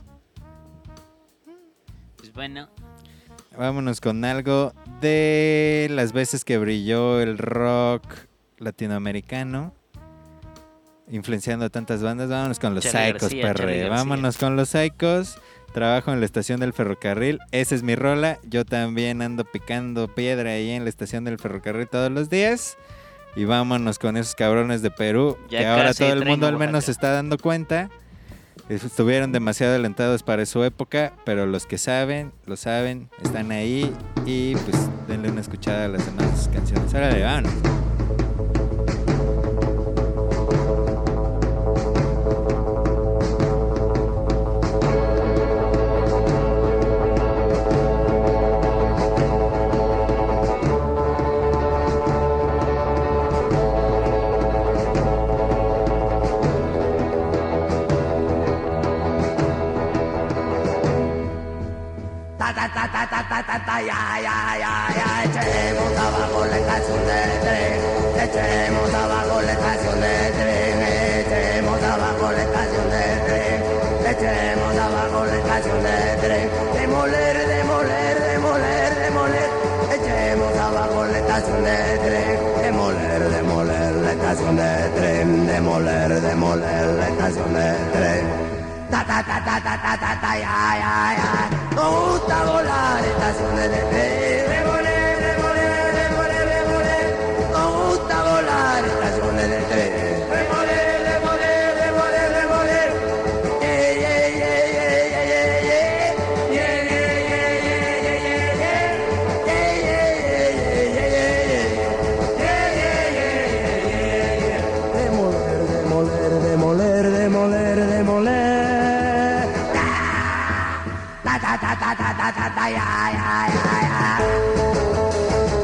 Pues bueno, Vámonos con algo de las veces que brilló el rock latinoamericano, influenciando a tantas bandas. Vámonos con los Charly Psychos, García, Charly perre. García. Vámonos con los Psychos. Trabajo en la estación del ferrocarril. Esa es mi rola. Yo también ando picando piedra ahí en la estación del ferrocarril todos los días. y vámonos con esos cabrones de Perú, Ya que ahora casi todo el tren mundo al Oaxaca. menos se está dando cuenta. Estuvieron demasiado adelantados para su época, pero los que saben, lo saben, están ahí y pues denle una escuchada a las demás canciones. Órale, vámonos. Ta ta ta ta ta ta ta ta ya ya ya ya echemos abajo la estación de tren, echemos abajo la estación de tren, echemos abajo la estación de tren, echemos abajo la estación de tren, demoler, demoler, demoler, demoler, echemos abajo la estación de tren, demoler, demoler la estación de tren, demoler, demoler la estación de tren. Ta ta ta ta ta ta ta ta ya ya ya. Nos gusta volar estaciones de tren. Demoler, demoler, demoler, demoler. Nos gusta volar estaciones de tren. Demoler, demoler, demoler, demoler. Yeah, yeah, yeah, yeah, yeah, yeah, yeah. Yeah, yeah, yeah, yeah, yeah, yeah, yeah. Yeah, yeah, yeah, yeah, yeah, yeah. Yeah, yeah, yeah, yeah, yeah, yeah. Demoler, demoler, demoler, demoler, demoler. Ta ta ta ta ta ta ta ta ya ya ya ya.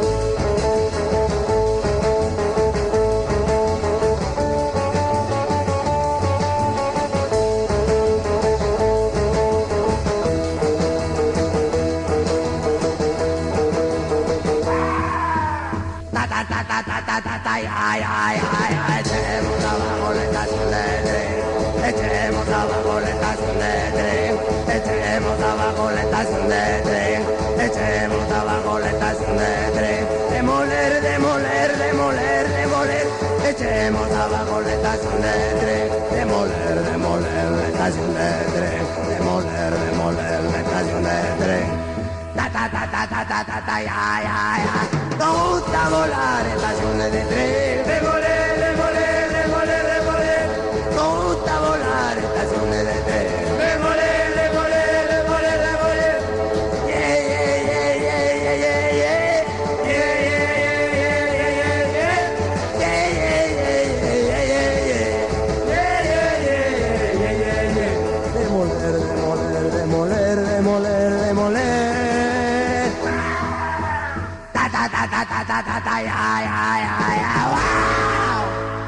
Ta ta ta ta ta ta ta ta ya ya ya ya. Echemos abajo la estación de tren. Echemos abajo la estación de tren. Echemos abajo la estación de tren. Echemos abajo la estación de tren. Demoler, demoler, demoler, demoler. Echemos abajo la estación de tren. Demoler, demoler la estación de tren. Demoler, demoler la estación de tren. Ta ta ta ta ta ta ta ta ya ya ya. Nos gusta volar estaciones de tren. Demoler, demoler, demoler, demoler. Nos gusta volar estaciones de tren. Demoler, demoler, demoler, demoler. Yeah, yeah, yeah, yeah, yeah, yeah, yeah. Yeah, yeah, yeah, yeah, yeah, yeah, yeah. Yeah, yeah, yeah, yeah, yeah, yeah, yeah. Yeah, yeah, yeah, yeah, yeah, yeah. Demoler, demoler, demoler, demoler, demoler. Ta ta ta ta ta ta ta ta ya ya ya ya. Wow.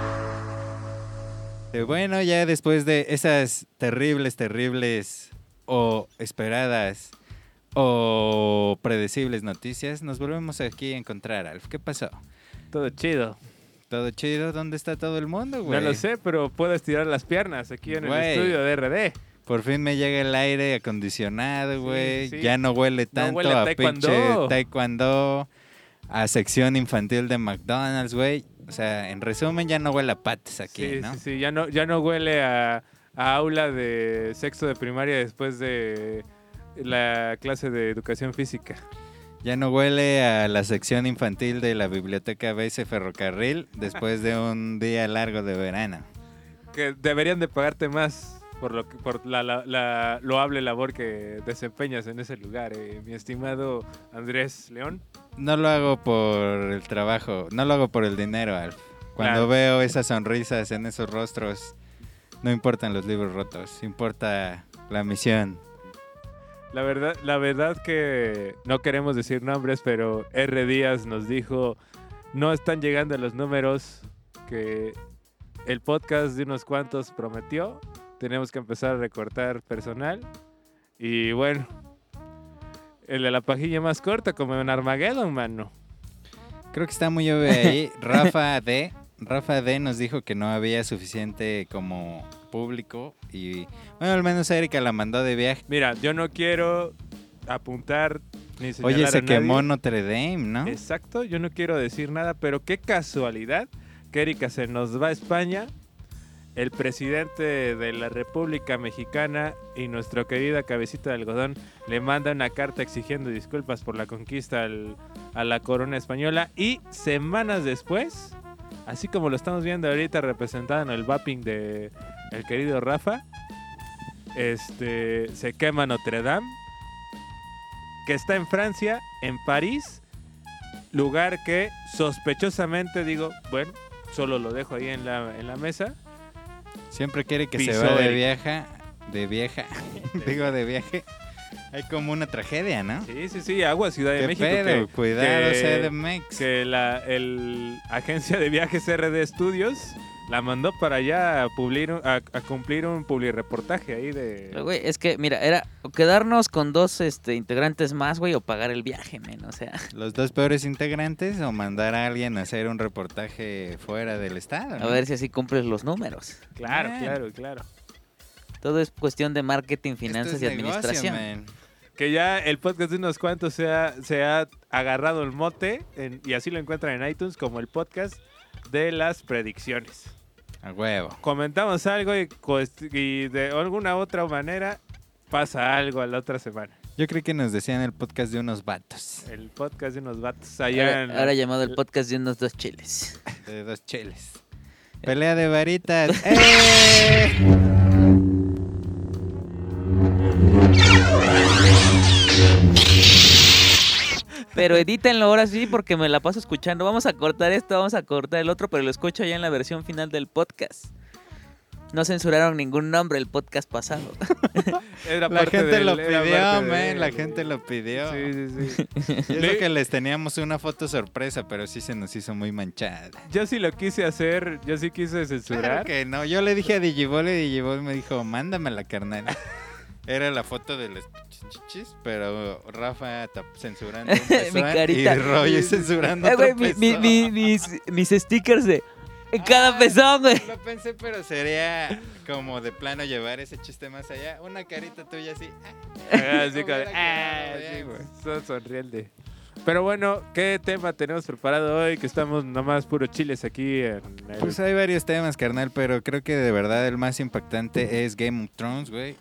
Eh, Bueno, ya después de esas terribles, terribles o esperadas o predecibles noticias, nos volvemos aquí a encontrar, Alf. ¿Qué pasó? Todo chido. ¿Todo chido? ¿Dónde está todo el mundo, güey? No lo sé, pero puedo estirar las piernas aquí en el Güey. estudio de R D. Por fin me llega el aire acondicionado, güey. sí. Ya no huele tanto huele a a taekwondo. pinche taekwondo, a sección infantil de McDonald's, güey. O sea, en resumen, ya no huele a patas aquí, Sí, ¿no? sí, sí, ya no, ya no huele a, a aula de sexto de primaria después de la clase de educación física. Ya no huele a la sección infantil de la biblioteca B S Ferrocarril después de un día largo de verano. Que deberían de pagarte más por lo que, por la, la- la loable labor que desempeñas en ese lugar, eh, mi estimado Andrés León. No lo hago por el trabajo, no lo hago por el dinero, Alf. Cuando Claro. veo esas sonrisas en esos rostros, no importan los libros rotos, importa la misión. La verdad, la verdad que no queremos decir nombres, pero R. Díaz nos dijo, no están llegando los números que el podcast de unos cuantos prometió. Tenemos que empezar a recortar personal. Y bueno, el de la pajilla más corta, como en Armageddon, mano. Creo que está muy obvio ahí. Rafa D. Rafa D nos dijo que no había suficiente como público y bueno, al menos Erika la mandó de viaje. Mira, yo no quiero apuntar ni señalar Oye, a se nadie. quemó Notre Dame, ¿no? Exacto, yo no quiero decir nada, pero qué casualidad que Erika se nos va a España, el presidente de la República Mexicana y nuestra querida cabecita de algodón le manda una carta exigiendo disculpas por la conquista al- a la corona española y semanas después así como lo estamos viendo ahorita representado en el vaping de el querido Rafa, este, se quema Notre Dame, que está en Francia, en París, lugar que sospechosamente digo, bueno, solo lo dejo ahí en la, en la mesa. Siempre quiere que se Pisó va de el- viaje, de vieja, digo de viaje. Hay como una tragedia, ¿no? Sí, sí, sí, agua Ciudad de ¿Qué México. pedo? Que, Cuidado, que- C D M X. que la el agencia de viajes R D Studios la mandó para allá a, publir, un- a, a cumplir un publireportaje ahí de... Pero, güey, es que, mira, era o quedarnos con dos este, integrantes más, güey, o pagar el viaje, men. O sea, Los dos peores integrantes o mandar a alguien a hacer un reportaje fuera del estado. a ¿no? ver si así cumples los números. Claro, Bien. claro, claro. Todo es cuestión de marketing, Esto finanzas es y negocio, administración. man. Que ya el podcast de unos cuantos se ha, se ha agarrado el mote, en- y así lo encuentran en iTunes, como el podcast de las predicciones. A huevo. Comentamos algo y, cuest- y de alguna otra manera pasa algo a la otra semana. Yo creí que nos decían el podcast de unos vatos. El podcast de unos vatos allá en... Ahora, ahora llamado el podcast de unos dos chiles. De dos cheles. Pelea de varitas. ¡Eh! Pero edítenlo ahora sí porque me la paso escuchando. Vamos a cortar esto, vamos a cortar el otro, pero lo escucho ya en la versión final del podcast. No censuraron ningún nombre el podcast pasado. Era La parte gente del- lo era pidió, parte man. del- La gente lo pidió. Sí, sí, sí. Y eso Le- que les teníamos una foto sorpresa, pero sí se nos hizo muy manchada. Yo sí lo quise hacer, yo sí quise censurar. Claro que no. Yo le dije a Digibol y Digibol me dijo, mándamela, carnal. Era la foto de las chichis, pero Rafa tap- censurando un Mi pezón carita. y Roy censurando Eh, otro güey, mi- mi- pezón. mi- mis, mis stickers de en cada Ah, pezón, güey. Lo pensé, pero sería como de plano llevar ese chiste más allá. Una carita tuya así. Ah, así como de, Hubiera ah, quedado bien, sí, güey. todo sonriente. Pero bueno, ¿qué tema tenemos preparado hoy? Que estamos nomás puro chiles aquí en el... Pues hay varios temas, carnal, pero creo que de verdad el más impactante es Game of Thrones, güey.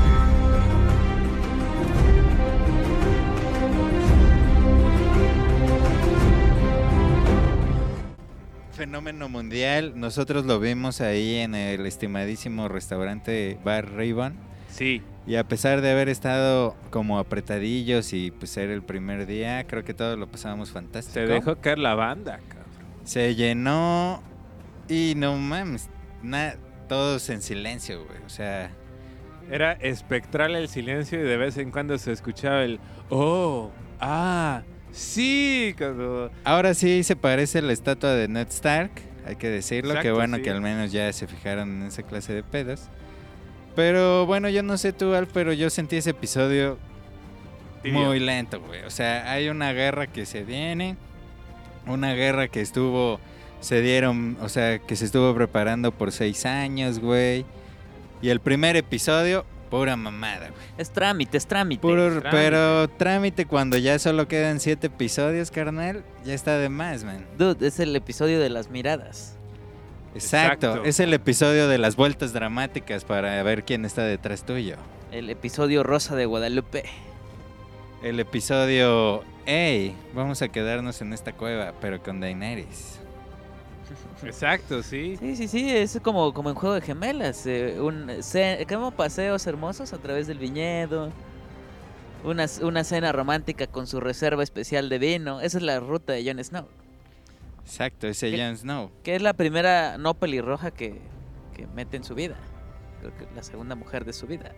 Fenómeno mundial. Nosotros lo vimos ahí en el estimadísimo restaurante Bar Raven. Sí, Y a pesar de haber estado como apretadillos y pues ser el primer día, creo que todos lo pasábamos fantástico. se dejó caer la banda, cabrón. Se llenó y no mames, na- todos en silencio, güey. O sea, Era espectral el silencio y de vez en cuando se escuchaba el oh, ah, sí, cuando... ahora sí se parece la estatua de Ned Stark, hay que decirlo. Exacto, que bueno sí. que al menos ya se fijaron en esa clase de pedos. Pero bueno, yo no sé tú, Al, pero yo sentí ese episodio Tibio. muy lento, güey. O sea, hay una guerra que se viene, una guerra que estuvo, se dieron, o sea, que se estuvo preparando por seis años, güey. Y el primer episodio, pura mamada, güey. Es trámite, es trámite. Puro, trámite. pero trámite cuando ya solo quedan siete episodios, carnal, ya está de más, man. Dude, es el episodio de las miradas. Exacto, Exacto. es el episodio de las vueltas dramáticas para ver quién está detrás tuyo. El episodio Rosa de Guadalupe. El episodio, hey, vamos a quedarnos en esta cueva, pero con Daenerys. Exacto, sí. Sí, sí, sí, es como, como en Juego de Gemelas. eh, un, ce- como paseos hermosos a través del viñedo. Una, una cena romántica con su reserva especial de vino. Esa es la ruta de Jon Snow. Exacto, ese ¿Qué? Jon Snow. Que es la primera no pelirroja que, que mete en su vida. Creo que la segunda mujer de su vida.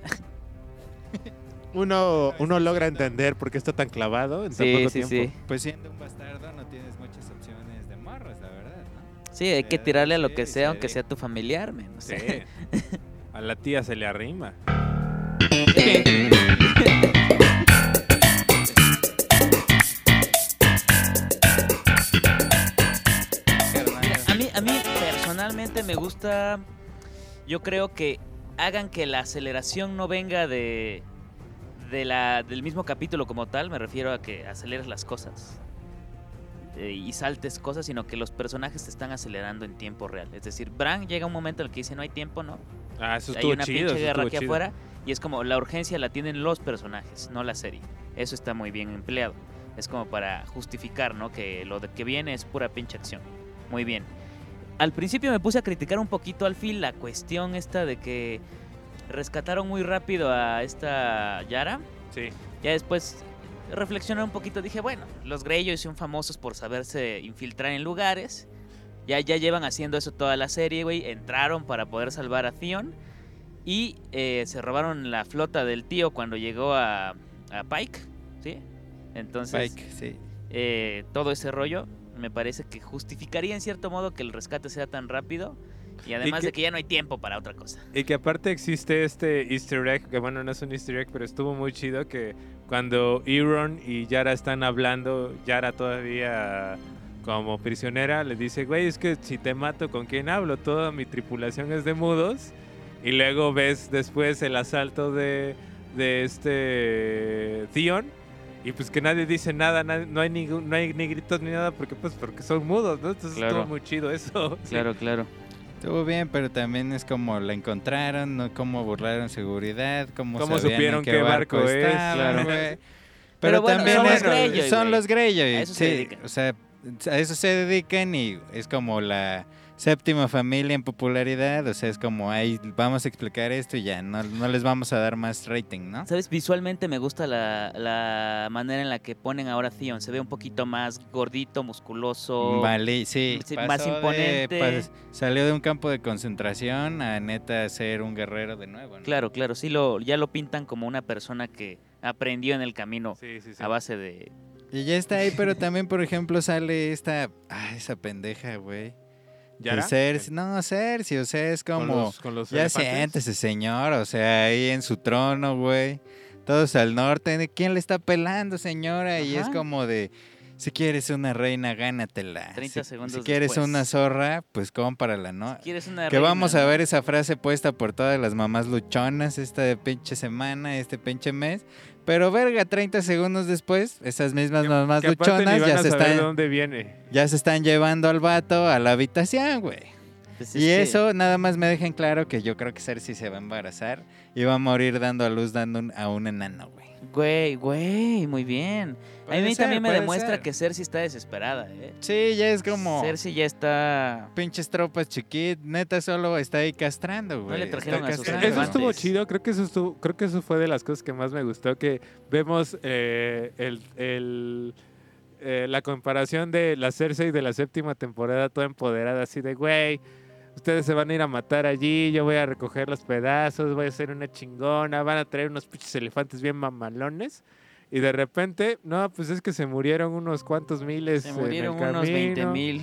Uno, uno logra entender por qué está tan clavado en tan Sí, poco sí, tiempo. sí. Pues siendo un bastardo no tienes muchas opciones de morros, la verdad, ¿no? Sí, hay que Sí, tirarle a lo sí, que sea, sí. aunque sea tu familiar, men. O sea, Sí. A la tía se le arrima. Carnal. A mí, a mí personalmente me gusta, yo creo que hagan que la aceleración no venga de, de la, del mismo capítulo como tal, me refiero a que aceleres las cosas eh, y saltes cosas, sino que los personajes te están acelerando en tiempo real. Es decir, Bran llega un momento en el que dice no hay tiempo, ¿no? Ah, eso Hay estuvo una chido. pinche eso guerra estuvo aquí chido. afuera y es como la urgencia la tienen los personajes, no la serie. Eso está muy bien empleado. Es como para justificar, ¿no? Que lo de que viene es pura pinche acción. Muy bien. al principio me puse a criticar un poquito al fin la cuestión esta de que rescataron muy rápido a esta Yara. Sí. Ya después reflexioné un poquito, dije, bueno, los Greyjoy son famosos por saberse infiltrar en lugares. Ya, ya llevan haciendo eso toda la serie, güey. Entraron para poder salvar a Theon. Y eh, se robaron la flota del tío cuando llegó a, a Pike, ¿sí? Entonces, Pike, sí. eh, todo ese rollo me parece que justificaría en cierto modo que el rescate sea tan rápido. Y además que- de que ya no hay tiempo para otra cosa. Y que aparte existe este easter egg, que bueno, no es un easter egg, pero estuvo muy chido que cuando Euron y Yara están hablando, Yara todavía como prisionera le dice, güey, es que si te mato, ¿con quién hablo? Toda mi tripulación es de mudos. Y luego ves después el asalto de, de este Theon. Y pues que nadie dice nada, nadie- no hay ningún, no hay ni gritos ni nada porque pues porque son mudos, ¿no? Entonces Claro. estuvo muy chido eso. Sí. Claro, claro. Estuvo bien, pero también es como la encontraron, ¿no? Cómo burlaron seguridad, cómo, Cómo sabían supieron en qué qué barco, barco es, estaban, claro. güey. Pero, Pero bueno, también son es- los Greyjoy, son güey. los Greyjoy, A eso se sí, dedican. o sea, a eso se dedican y es como la séptima familia en popularidad, o sea, es como ahí vamos a explicar esto y ya, no, no les vamos a dar más rating, ¿no? ¿Sabes? Visualmente me gusta la, la manera en la que ponen ahora a Theon. Se ve un poquito más gordito, musculoso. Vale, sí, sí, pasó más de- imponente. pas- salió de un campo de concentración a neta ser un guerrero de nuevo, ¿no? Claro, claro. Sí, lo, ya lo pintan como una persona que aprendió en el camino Sí, sí, sí. a base de... Y ya está ahí, pero también, por ejemplo, sale esta, ah, esa pendeja, güey. ¿Yara? De Cersei, no, Cersei, o sea, es Con como, los- con los ya elefantes. siéntese, señor, o sea, ahí en su trono, güey, todos al norte, ¿quién le está pelando, señora? Y es Ajá. como de, si quieres una reina, gánatela. treinta si, segundos Si quieres después. una zorra, pues cómprala, ¿no? ¿Quieres una Que reina, vamos a no? ver esa frase puesta por todas las mamás luchonas esta pinche semana, este pinche mes. Pero verga, treinta segundos después, esas mismas mamás Que aparte ni luchonas van ya a se, saber de están, dónde viene. ya se están llevando al vato a la habitación, güey. Pues es Y que- eso nada más me dejen claro que yo creo que Cersei se va a embarazar y va a morir dando a luz dando un- a un enano, güey. Güey, güey, muy bien. A Puede mí ser, también me puede demuestra ser. que Cersei está desesperada, ¿eh? Sí, ya es como Cersei ya está... pinches tropas chiquit, neta solo está ahí castrando, güey. le trajeron Está a sus castrando. Eso estuvo elefantes. chido, creo que eso estuvo, creo que eso fue de las cosas que más me gustó, que vemos eh, el, el, eh, la comparación de la Cersei de la séptima temporada toda empoderada, así de, güey, ustedes se van a ir a matar allí, yo voy a recoger los pedazos, voy a hacer una chingona, van a traer unos pinches elefantes bien mamalones. Y de repente, no, pues es que se murieron unos cuantos miles Se en el murieron unos camino, veinte mil.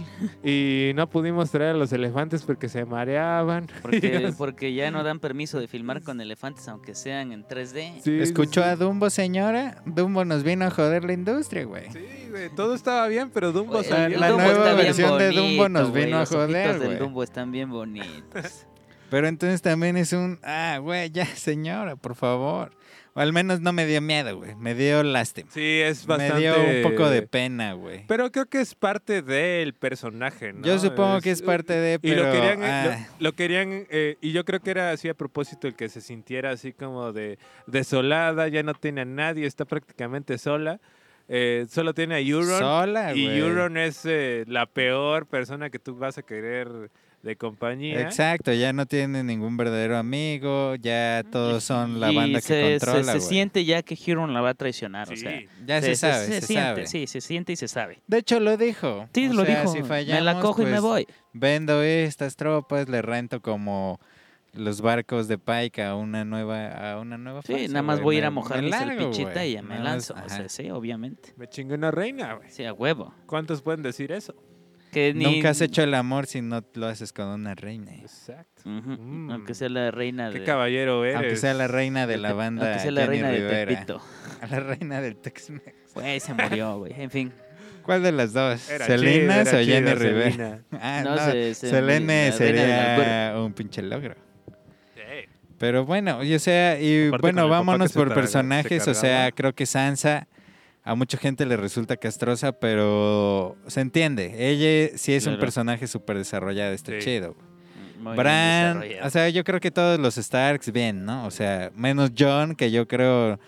y no pudimos traer a los elefantes porque se mareaban. Porque, porque ya no dan permiso de filmar con elefantes, aunque sean en tres D. Sí, sí, ¿Escuchó sí. a Dumbo, señora? Dumbo nos vino a joder la industria, güey. Sí, güey, todo estaba bien, pero Dumbo Güey, salió. el la Dumbo nueva está bien versión de bonito, Dumbo nos güey, vino a los ojitos joder, del güey. Dumbo están bien bonitos. Pero entonces también es un, ah, güey, ya, señora, por favor. O al menos no me dio miedo, güey. Me dio lástima. Sí, es bastante... Me dio un poco de pena, güey. Pero creo que es parte del personaje, ¿no? Yo supongo que es parte de, Y pero... lo querían, ah, lo, lo querían eh, y yo creo que era así a propósito el que se sintiera así como de desolada, ya no tiene a nadie, está prácticamente sola. Eh, solo tiene a Euron. sola, y güey. Euron es eh, la peor persona que tú vas a querer de compañía. Exacto, ya no tiene ningún verdadero amigo, ya todos son la Y banda se, que controla, se, se güey. siente ya que Huron la va a traicionar, o Sí. sea. Ya se, sabe, se, siente, sabe. Sí, se siente y se sabe. De hecho, lo dijo. Sí, O lo sea, dijo. si me la fallamos, cojo y me pues, voy. Vendo estas tropas, le rento como los barcos de Pike a una nueva a una nueva Sí, fase, nada más güey. voy a ir Me- a mojar me mi largo, salpichita güey. y ya me Nada más, lanzo. O ajá. sea, sí, obviamente. Me chingué una reina, güey. Sí, a huevo. ¿Cuántos pueden decir eso? Que ni- Nunca has hecho el amor si no lo haces con una reina. Exacto. Ujú, Mm. Aunque sea la reina Qué de... caballero eres. Aunque sea la reina de la banda Aunque sea la Jenny reina de Rivera. Tepito. A la reina del Tex-Mex. Güey, se murió, güey. En fin. ¿Cuál de las dos? Era ¿Selenas chida, o era Jenny chida, Rivera? Selena. Ah, No, no, se- se Selene murió, la reina del sería albur. un pinche logro. Sí. Pero bueno, y, o sea, y Aparte bueno, con el papá vámonos que se por targa- personajes. se O sea, cargaba. creo que Sansa a mucha gente le resulta castrosa, pero se entiende. Ella sí es un Claro. personaje súper desarrollado, está Sí. chido. Muy bien Bran, desarrollado. o sea, yo creo que todos los Starks bien, ¿no? O sea, menos John, que yo creo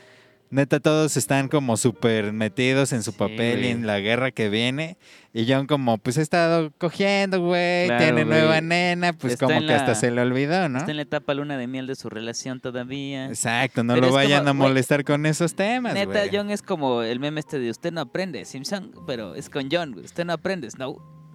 Neta, todos están como súper metidos en su Sí, papel y güey. en la guerra que viene. Y John como, pues he estado cogiendo, güey, Claro, tiene güey. nueva nena, pues Está como en que hasta la- se le olvidó, ¿no? Está en la etapa luna de miel de su relación todavía. Exacto, no Pero lo es vayan como, a güey, molestar con esos temas, Neta, güey. John es como el meme este de usted no aprende, Simpson, pero es con John, güey, usted no aprende, no.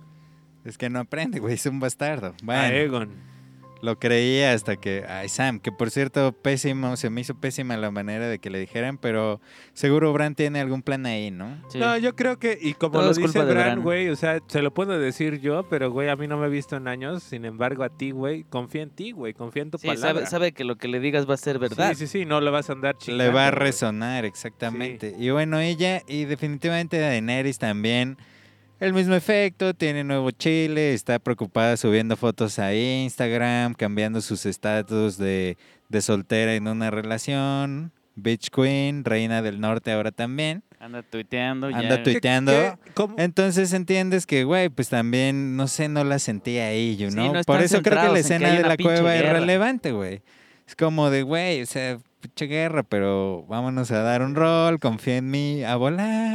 Es que no aprende, güey, es un bastardo. A Bueno, Egon. lo creía hasta que... Ay, Sam, que por cierto, pésimo, se me hizo pésima la manera de que le dijeran, pero seguro Bran tiene algún plan ahí, ¿no? Sí. No, yo creo que, y como Todo lo es culpa dice de Bran, Bran. güey, o sea, se lo puedo decir yo, pero, güey, a mí no me he visto en años, sin embargo, a ti, güey, confía en ti, güey, confía en tu Sí, palabra. sabe, sabe que lo que le digas va a ser verdad. Sí, sí, sí, no le vas a andar chingando. Le va a güey. resonar, exactamente. Y bueno, ella y definitivamente Daenerys también, el mismo efecto, tiene nuevo chile, está preocupada subiendo fotos a Instagram, cambiando sus estatus de, de soltera en una relación, Beach Queen, reina del norte ahora también. Anda tuiteando ya. Anda ¿Qué- tuiteando. qué- cómo- Entonces entiendes que, güey, pues también, no sé, no la sentía ahí, you Sí, know? no Por están eso creo que la centrados en que escena hay de una la pinche cueva es guerra. relevante, güey. Es como de, güey, o sea, pinche guerra, pero vámonos a dar un rol, confía en mí, a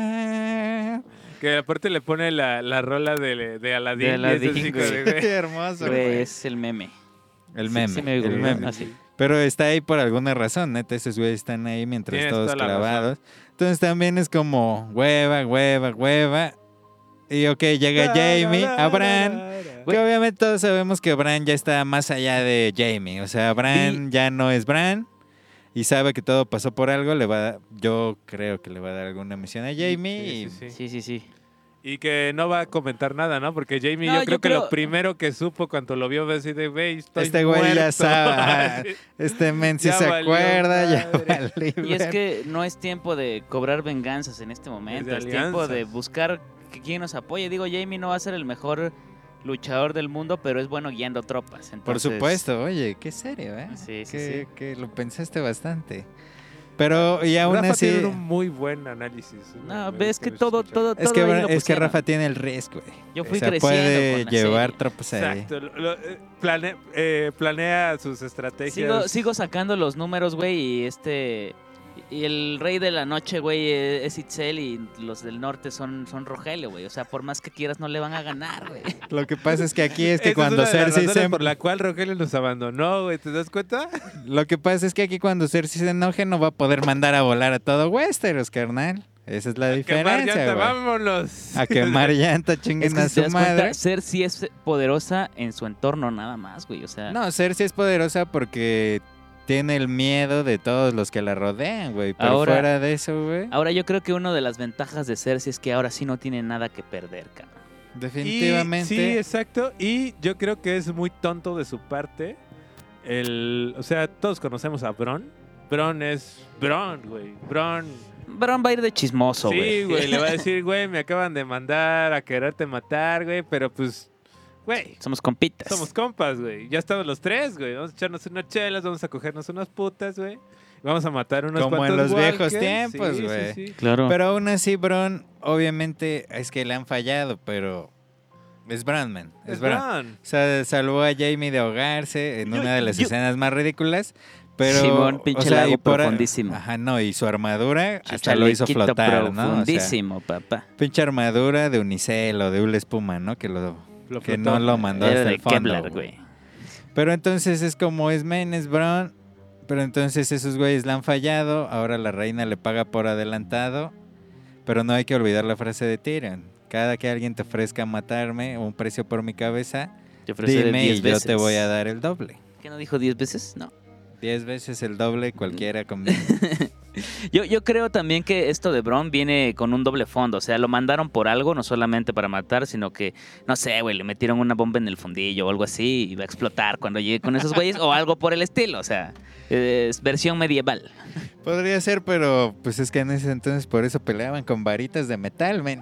volar. Que aparte le pone la, la rola de, de Aladdin. De Aladdin, y es así como güey. de, güey. Qué hermoso, Güey, güey. es el meme. El Sí, meme, sí me el gustó, meme. así. Pero está ahí por alguna razón, neta, esos güeyes están ahí mientras Tienes todos toda la clavados. Entonces también es como hueva, hueva, hueva. Y ok, llega Jamie, a Bran. Que obviamente todos sabemos que Bran ya está más allá de Jamie. O sea, Bran ya no es Bran. Y sabe que todo pasó por algo. Le va a- yo creo que le va a dar alguna misión a Jamie. Sí, sí, sí. Sí, sí, sí. Y que no va a comentar nada, ¿no? Porque Jamie, No, yo yo creo que creo- lo primero que supo cuando lo vio fue así de, güey, y estoy este güey ya muerto". sabe. ajá, Este men sí Ya se valió acuerda. Ya madre. valió Y es ver. que no es tiempo de cobrar venganzas en este momento. de Es tiempo de alianzas. buscar que quien nos apoye. Digo, Jamie no va a ser el mejor luchador del mundo, pero es bueno guiando tropas. Por Entonces, supuesto, oye, qué serio, ¿eh? Sí, sí, que, sí. que lo pensaste bastante. Pero, y aún Rafa así. tiene un muy buen análisis. No, Me ves gusta que mucho todo, escuchar. todo, Es todo que, ahí Bra- lo es que pusieron. Rafa tiene el riesgo, güey. Yo fui o sea, creciendo puede con la llevar serie. tropas ahí. Exacto. lo- lo- eh, plane- eh, planea sus estrategias. Sigo, sigo sacando los números, güey, y este... Y el rey de la noche, güey, e- es Itzel y los del norte son, son Rogelio, güey. O sea, por más que quieras, no le van a ganar, güey. Lo que pasa es que aquí es que Esa cuando es una de las Cersei razones se... por la cual Rogelio nos abandonó, güey. ¿Te das cuenta? Lo que pasa es que aquí cuando Cersei se enoje no va a poder mandar a volar a todo Westeros, carnal. Esa es la Quemar diferencia, llanta, güey. vámonos. A quemar llanta, chinguen Es que a si te su das cuenta, madre. Cersei es poderosa en su entorno nada más, güey. O sea, No, Cersei es poderosa porque tiene el miedo de todos los que la rodean, güey. Pero Ahora- fuera de eso, güey, ahora yo creo que una de las ventajas de Cersei es que ahora sí no tiene nada que perder, cabrón. definitivamente. Y- sí, exacto. Y yo creo que es muy tonto de su parte. El, o sea, todos conocemos a Bron. Bron es Bron, güey. Bron. Bron va a ir de chismoso, güey. Sí, güey. Le va a decir, güey, me acaban de mandar a quererte matar, güey. Pero pues, güey, Somos compitas. somos compas, güey. Ya estamos los tres, güey. Vamos a echarnos unas chelas, vamos a cogernos unas putas, güey. Vamos a matar unos Como en cuantos los viejos walkers. tiempos, Sí, sí, güey. sí. Claro. Pero aún así, Bron, obviamente, es que le han fallado, pero es Bron, man. Es, Es Bron. Bron. O sea, salvó a Jamie de ahogarse en Yo- una de las yo- escenas más ridículas. Pero, Simón, pinche o sea, lago y por- profundísimo. Ajá, no, y su armadura hasta lo hizo Chalequito flotar, ¿no? O sea, profundísimo, papá. pinche armadura de unicel o de una espuma, ¿no? Que, lo, Lo que flotó. no lo mandó Era hasta de el fondo. Kevlar, güey. güey. Pero entonces es como es Men, es Bron. Pero entonces esos güeyes la han fallado. Ahora la reina le paga por adelantado. Pero no hay que olvidar la frase de Tyrion. Cada que alguien te ofrezca matarme, un precio por mi cabeza, Te ofreceré dime y diez yo veces. te voy a dar el doble. ¿Qué no dijo diez veces? No. Diez veces el doble, cualquiera conmigo. Yo, yo creo también que esto de Bron viene con un doble fondo. O sea, lo mandaron por algo, no solamente para matar, sino que, no sé, güey, le metieron una bomba en el fundillo o algo así y va a explotar cuando llegue con esos güeyes o algo por el estilo. O sea, es versión medieval. Podría ser, pero pues es que en ese entonces por eso peleaban con varitas de metal, men.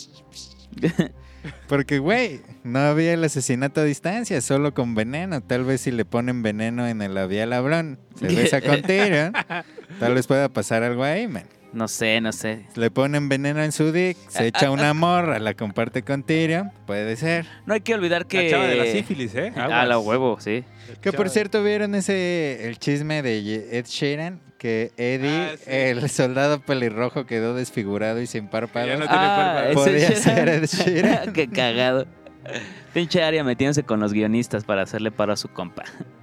Porque, güey, no había el asesinato a distancia, solo con veneno. Tal vez si le ponen veneno en el labial a Bron, se besa con Tyrion, tal vez pueda pasar algo ahí, man. No sé, no sé. Le ponen veneno en su dick, se echa una morra, la comparte con Tyrion, puede ser. No hay que olvidar que... La chava de la sífilis, ¿eh? Ah, la Aguas. huevo, sí. Que por cierto, ¿vieron ese el chisme de Ed Sheeran? que Eddie, Ah, sí. el soldado pelirrojo, quedó desfigurado y sin párpados. Ya no tiene Ah, párpados. ese Podría Sheeran. ser Ed Sheeran. Qué cagado. Pinche Aria metiéndose con los guionistas para hacerle paro a su compa.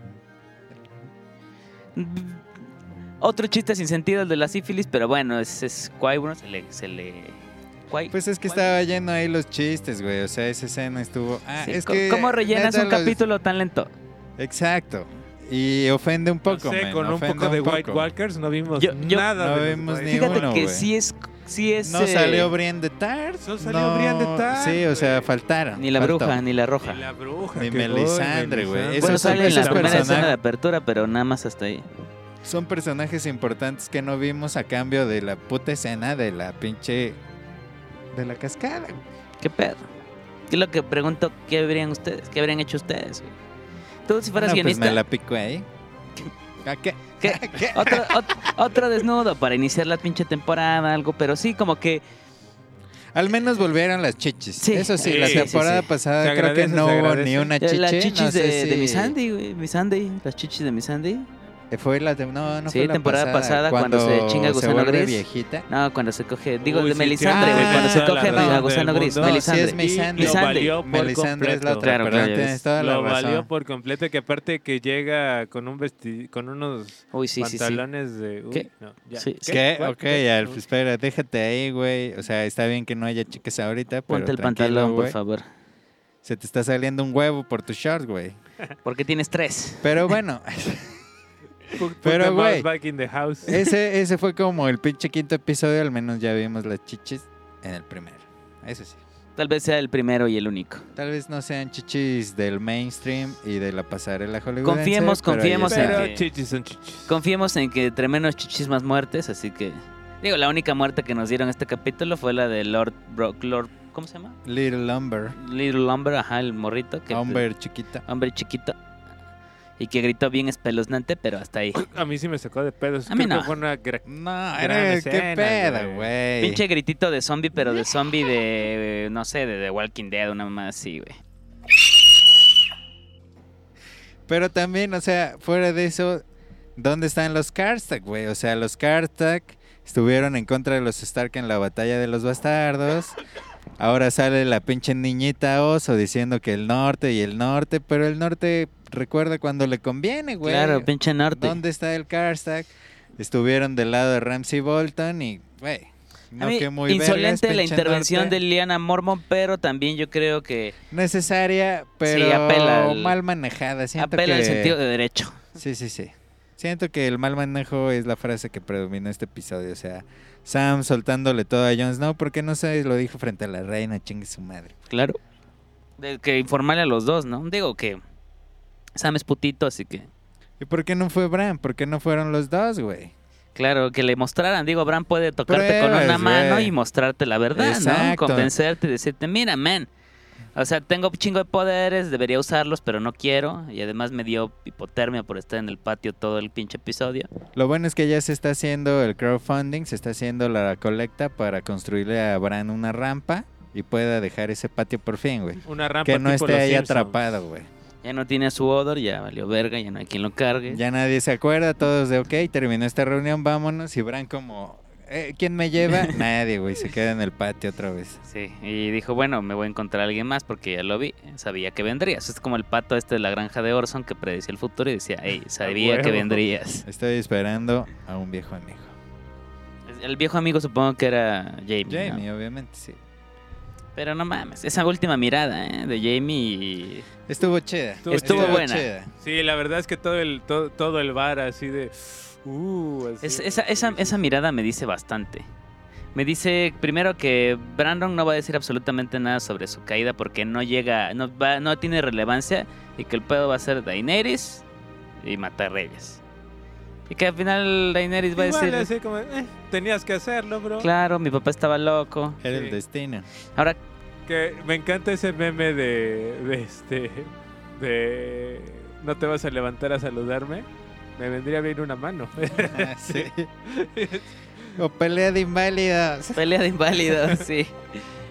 Otro chiste sin sentido, el de la sífilis, pero bueno, es, es Quaibron, se le... Se le Quai- Pues es que Quaibron. estaba lleno ahí los chistes, güey. O sea, esa escena estuvo. Ah, Sí, es co- que. ¿Cómo rellenas neta, un los- capítulo tan lento? Exacto. Y ofende un poco, No sé, man, con un ofende poco de un poco. White Walkers no vimos Yo- yo- nada. No de los vimos White ni Fíjate uno, que güey. sí es... Sí es No eh, salió Brienne de Tars. No salió Brienne de Tarth, Sí, o sea, güey. faltaron. Ni la faltó. bruja, ni la roja. Ni la bruja. Ni que- Melisandre, uy, güey. Melisandre. Esos Bueno, son- sale en la esos primera personajes- escena de apertura, pero nada más hasta ahí. Son personajes importantes que no vimos a cambio de la puta escena de la pinche. De la cascada, güey. ¿Qué pedo? ¿Qué es lo que pregunto? ¿Qué habrían ustedes? ¿Qué habrían hecho ustedes? Güey? Tú si fueras No, pues guionista... me la pico ahí. ¿A qué? ¿Qué? ¿Qué? Otro, ot- otro desnudo para iniciar la pinche temporada, algo, pero sí, como que... Al menos volvieron las chichis. Sí. Eso sí, Sí, la sí, temporada sí. pasada Se creo agradece, que no se hubo agradece. ni una eh, chiche. las chichis no sé de, de si- mi Sandy, güey, mi Sandy, las chichis de mi Sandy. Fue la tem- no, no Sí, fue la temporada pasada, cuando se chinga se Gusano vuelve Gris. viejita. No, cuando se coge, digo, Uy, de sí, Melisandre, tiene güey, cuando se toda coge la razón a Gusano del Gris, mundo. Melisandre. Sí, es Melisandre. Y lo Melisandre. valió por Melisandre es la completo. otra, Claro, perdón, claro, tienes es- toda la Lo razón. valió por completo, que aparte que llega con un vesti con unos Uy, sí, sí, sí. pantalones de... Uy, ¿Qué? no, ya. Sí. ¿Qué? ¿Cuál? Ok, ¿Qué? Alf, espera, déjate ahí, güey. O sea, está bien que no haya chicas ahorita, pero Ponte el tranquilo, pantalón, por güey. favor. Se te está saliendo un huevo por tus shorts, güey. Porque tienes tres. Pero bueno, Put- put Pero, the mouse güey, back in the house. ese, ese fue como el pinche quinto episodio. Al menos ya vimos las chichis en el primero. Eso sí. Tal vez sea el primero y el único. Tal vez no sean chichis del mainstream y de la pasarela hollywoodense. Confiemos, pero ahí confiemos en está. Pero que- chichis son chichis. Confiemos en que entre menos chichis más muertes, así que... Digo, la única muerte que nos dieron este capítulo fue la de Lord Brock, Lord... ¿Cómo se llama? Little Lumber. Little Lumber, ajá, el morrito. Que, Hombre chiquita. Hombre chiquito. Y que gritó bien espeluznante, pero hasta ahí. A mí sí me sacó de pedos. A mí Creo no. que fue una gra- No, Gran era, escena, qué pedo, güey. güey. Pinche gritito de zombie, pero de zombie de... No sé, de The Walking Dead, una más así, güey. Pero también, o sea, fuera de eso, ¿dónde están los Karstark, güey? O sea, los Karstark estuvieron en contra de los Stark en la batalla de los bastardos. Ahora sale la pinche niñita oso diciendo que el norte y el norte, pero el norte recuerda cuando le conviene, güey. Claro, pinche norte. ¿Dónde está el Karstark? Estuvieron del lado de Ramsay Bolton y, güey, no A mí, que muy insolente vergas, la pinche intervención norte. de Lyanna Mormont, pero también yo creo que Necesaria, pero Sí, apela al- mal manejada. Siento apela que... al sentido de derecho. Sí, sí, sí. Siento que el mal manejo es la frase que predominó este episodio. O sea, Sam soltándole todo a Jon Snow, ¿por qué no se lo dijo frente a la reina? Chingue su madre. Claro. De que informarle a los dos, ¿no? Digo que Sam es putito, así que... ¿Y por qué no fue Bran? ¿Por qué no fueron los dos, güey? Claro, que le mostraran. Digo, Bran puede tocarte con Pruebas, una mano güey. y mostrarte la verdad, ¿no? Exacto. Convencerte y decirte, mira, man. O sea, tengo chingo de poderes, debería usarlos, pero no quiero. Y además me dio hipotermia por estar en el patio todo el pinche episodio. Lo bueno es que ya se está haciendo el crowdfunding, se está haciendo la colecta para construirle a Bran una rampa y pueda dejar ese patio por fin, güey. una rampa Que no tipo esté Los ahí Simpsons. atrapado, güey. Ya no tiene a su odor, ya valió verga, ya no hay quien lo cargue. Ya nadie se acuerda, todos de ok, terminó esta reunión, vámonos. Y Bran como, eh, ¿quién me lleva? Nadie, güey, se queda en el patio otra vez. Sí, y dijo, bueno, me voy a encontrar a alguien más porque ya lo vi, sabía que vendrías. Es como el pato este de la granja de Orson que predecía el futuro y decía, hey, sabía que huevo. vendrías. Estoy esperando a un viejo amigo. El viejo amigo supongo que era Jamie, ¿no? Jamie, obviamente, sí. Pero no mames, esa última mirada ¿eh? de Jamie y... Estuvo chida. Estuvo Estuvo buena. chida. Sí, la verdad es que todo el, todo, todo el bar así de... Uh, así. Es- esa, esa, esa mirada me dice bastante. Me dice primero que Brandon no va a decir absolutamente nada sobre su caída porque no llega, no, va, no tiene relevancia y que el pedo va a ser Daenerys y matar reyes. Y que al final Daenerys va a Igual, decir, así como, eh, tenías que hacerlo, bro. claro, mi papá estaba loco. Era Sí. el destino. Ahora, Que me encanta ese meme de, de este... De... ¿No te vas a levantar a saludarme? Me vendría bien una mano. Ah, sí. O pelea de inválidos. pelea de inválidos, sí.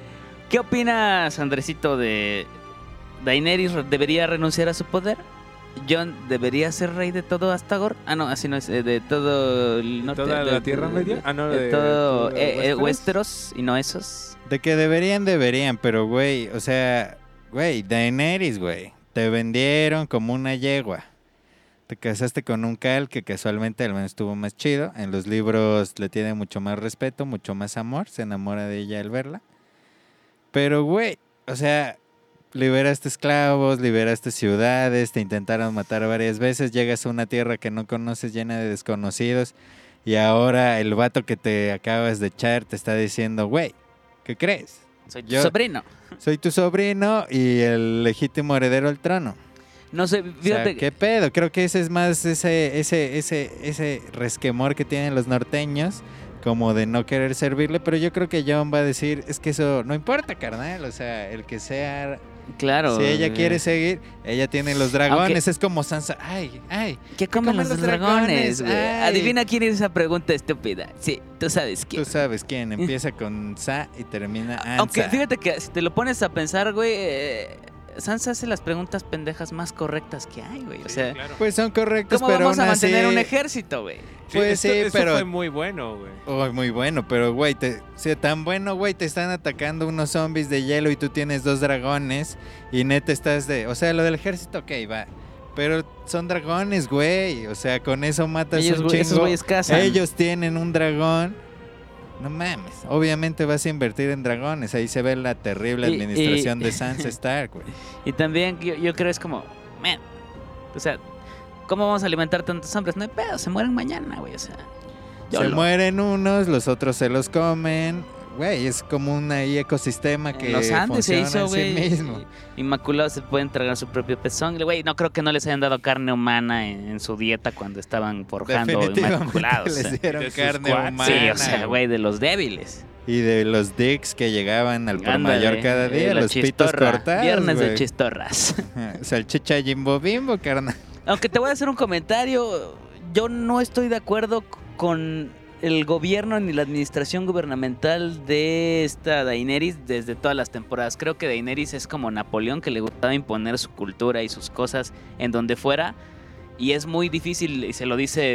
¿Qué opinas, Andresito, de Daenerys debería renunciar a su poder? Jon debería ser rey de todo Astagor. Ah, no, así no es, eh, de todo el norte. ¿Toda de- la Tierra Media? Ah, no, de, de- todo todo eh, eh, Westeros. Westeros y no esos. De que deberían, deberían, pero güey, o sea, güey, Daenerys, güey, te vendieron como una yegua. Te casaste con un Cal que casualmente al menos estuvo más chido. En los libros le tiene mucho más respeto, mucho más amor, se enamora de ella al verla. Pero güey, o sea, liberaste esclavos, liberaste ciudades, te intentaron matar varias veces, llegas a una tierra que no conoces llena de desconocidos y ahora el vato que te acabas de echar te está diciendo, güey, ¿qué crees? Soy tu Yo- sobrino. Soy tu sobrino y el legítimo heredero al trono. No sé, O sea, fíjate. ¿qué pedo? Creo que ese es más ese, ese, ese, ese resquemor que tienen los norteños, como de no querer servirle, pero yo creo que Jon va a decir, es que eso no importa, carnal, o sea, el que sea, Claro. si ella eh, quiere seguir, ella tiene los dragones, Aunque- es como Sansa, ay, ay, ¿Qué comen comen los, los dragones, dragones? güey? Ay. Adivina quién es esa pregunta estúpida. Sí, tú sabes quién. tú sabes quién, empieza con Sa y termina Ansa. Aunque fíjate que si te lo pones a pensar, güey, eh, Sansa hace las preguntas pendejas más correctas que hay, güey. O Sí, sea, claro. Pues son correctos, ¿cómo pero vamos a aún mantener así- un ejército, güey? Pues esto- sí, eso pero- fue muy bueno, güey. Oh, muy bueno, pero güey, te, si tan bueno, güey, te están atacando unos zombies de hielo y tú tienes dos dragones y neta estás de, o sea, lo del ejército, ok, va, pero son dragones, güey, o sea, con eso matas Ellos, un güey, esos chingo. güeyes cazan. Ellos tienen un dragón, no mames, obviamente vas a invertir en dragones, ahí se ve la terrible Y- administración y- de Sansa Stark, güey. Y también yo, yo creo es como, man, o sea, ¿cómo vamos a alimentar tantos hombres? No hay pedo, se mueren mañana, güey, o sea. Se YOLO. mueren unos, los otros se los comen. Güey, es como un ahí ecosistema que En los Andes se funciona hizo, en sí güey. mismo. Inmaculados se pueden tragar su propio pezón. Güey, no creo que no les hayan dado carne humana en, en su dieta cuando estaban forjando Definitivamente Inmaculados. o sea. les dieron De sus carne cuates. humana. Sí, o sea, güey, de los débiles. Y de los dicks que llegaban al por Ándale, mayor cada eh, día, la los pitos chistorra, cortados. Viernes de güey. chistorras. Salchicha Jimbo Bimbo, carnal. Aunque te voy a hacer un comentario, yo no estoy de acuerdo c- con el gobierno ni la administración gubernamental de esta Daenerys desde todas las temporadas. Creo que Daenerys es como Napoleón, que le gustaba imponer su cultura y sus cosas en donde fuera. Y es muy difícil, y se lo dice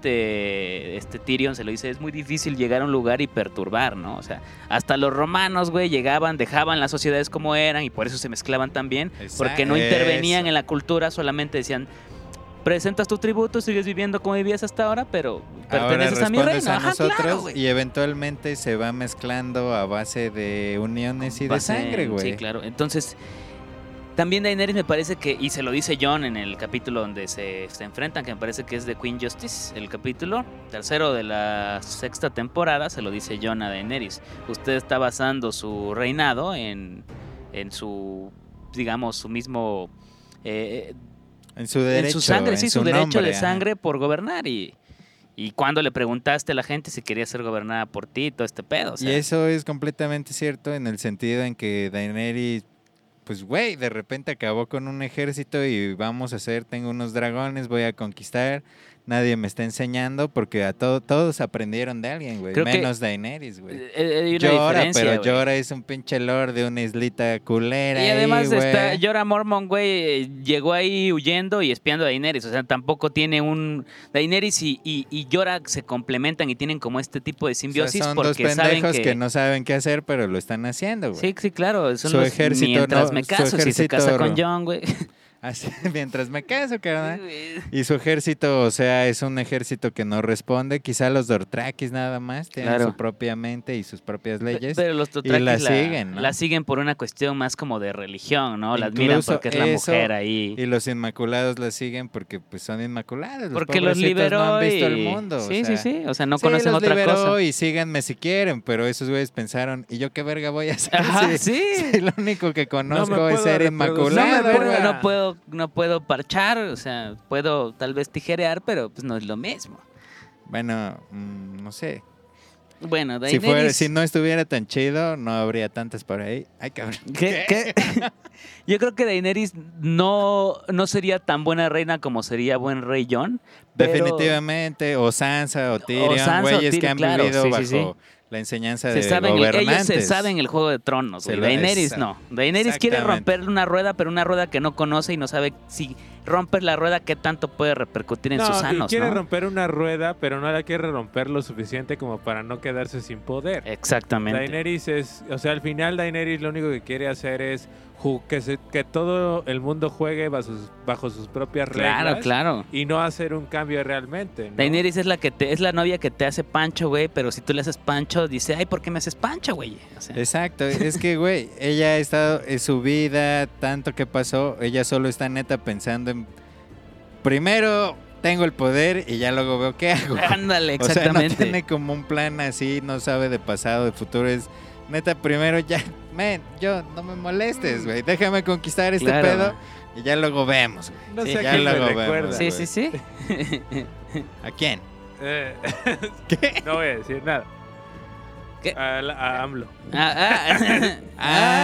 este, este Tyrion, se lo dice, es muy difícil llegar a un lugar y perturbar, ¿no? O sea, hasta los romanos, güey, llegaban, dejaban las sociedades como eran y por eso se mezclaban tan bien, porque no Exacto. intervenían Eso. en la cultura, solamente decían, presentas tu tributo, sigues viviendo como vivías hasta ahora, pero Ahora perteneces a mi respondes reino. a Ajá, nosotros claro, güey. y eventualmente se va mezclando a base de uniones y de Base- sangre, güey. Sí, claro. Entonces, también Daenerys me parece que, y se lo dice Jon en el capítulo donde se, se enfrentan, que me parece que es de Queen Justice, el capítulo tercero de la sexta temporada, se lo dice Jon a Daenerys. Usted está basando su reinado en, en su, digamos, su mismo... eh, En su derecho, en su sangre, sí, en su, derecho nombre, de ajá. sangre por gobernar. Y, y cuando le preguntaste a la gente si quería ser gobernada por ti, todo este pedo. O sea, Y eso es completamente cierto en el sentido en que Daenerys, pues güey, de repente acabó con un ejército y vamos a hacer, tengo unos dragones, voy a conquistar, nadie me está enseñando porque a todo, todos aprendieron de alguien, güey, Creo que- menos Daenerys, güey. eh, eh, hay una Llora, diferencia, pero güey. Llora es un pinche lord de una islita culera. Y además ahí, güey. está Jorah Mormont, güey, eh, llegó ahí huyendo y espiando a Daenerys. O sea, tampoco tiene un... Daenerys y, y, y Jorah se complementan y tienen como este tipo de O sea, simbiosis son dos porque saben pendejos que... que... no saben qué hacer, pero lo están haciendo, güey. Sí, sí, claro. Son Su los ejército mientras no- me su caso, si se ejército casa con ro- Jon, güey. Así, mientras me caso, carnal. Y su ejército, o sea, es un ejército que no responde. Quizá los Dortrakis nada más tienen Claro. su propia mente y sus propias leyes. Pero los Dothraki la la, siguen, ¿no? la siguen por una cuestión más como de religión, ¿no? La Incluso admiran porque es la eso, mujer ahí. Y los Inmaculados la siguen porque pues son Inmaculados. Los Porque los pobrecitos liberó no han visto y... el mundo. o Sí, sea, sí, sí. O sea, no sí, conocen los otra liberó cosa. y síganme si quieren, pero esos güeyes pensaron, ¿y yo qué verga voy a hacer? Ajá, si- sí. si lo único que conozco puedo es ser reproducir. Inmaculado. No, me puedo, güey. no puedo, no puedo parchar, o sea, puedo tal vez tijerear, pero pues no es lo mismo. Bueno, mm, no sé. Bueno, Si, Daenerys... fuera, si no estuviera tan chido, no habría tantas por ahí. Ay, cabrón. ¿Qué- qué? Yo creo que Daenerys no, no sería tan buena reina como sería buen rey Jon. pero- Definitivamente, o Sansa o Tyrion, Sansa o güeyes que Tyrion, han claro, vivido sí, bajo sí, sí. la enseñanza Se de saben, gobernantes. ellos se saben el juego de tronos, Se güey. lo- Daenerys esa- no. Daenerys quiere exactamente. romper una rueda, pero una rueda que no conoce y no sabe si rompes la rueda, ¿qué tanto puede repercutir en no, sus y sanos, quiere ¿no? romper una rueda, pero no la quiere romper lo suficiente como para no quedarse sin poder. Exactamente. Daenerys es, o sea, al final Daenerys lo único que quiere hacer es ju- que, se- que todo el mundo juegue bajo sus, bajo sus propias Claro, reglas claro. y no hacer un cambio realmente, ¿no? Daenerys es la que te, es la novia que te hace pancho, güey, pero si tú le haces pancho, dice, ay, ¿por qué me haces pancho, güey? O sea, Exacto, es que, güey, ella ha estado en su vida, tanto que pasó, ella solo está neta pensando en, primero tengo el poder y ya luego veo qué hago. ándale, O sea, no exactamente. tiene como un plan así, no sabe de pasado, de futuro, es neta, primero ya, men, yo, no me molestes, güey, déjame conquistar este Claro. pedo y ya luego vemos, güey. No Sí, sé a ya quién me luego recuerda. vemos. Sí, güey. sí, sí. ¿A quién? Eh, ¿Qué? no voy a decir nada. ¿Qué? A, la- a AMLO. Ah, ah.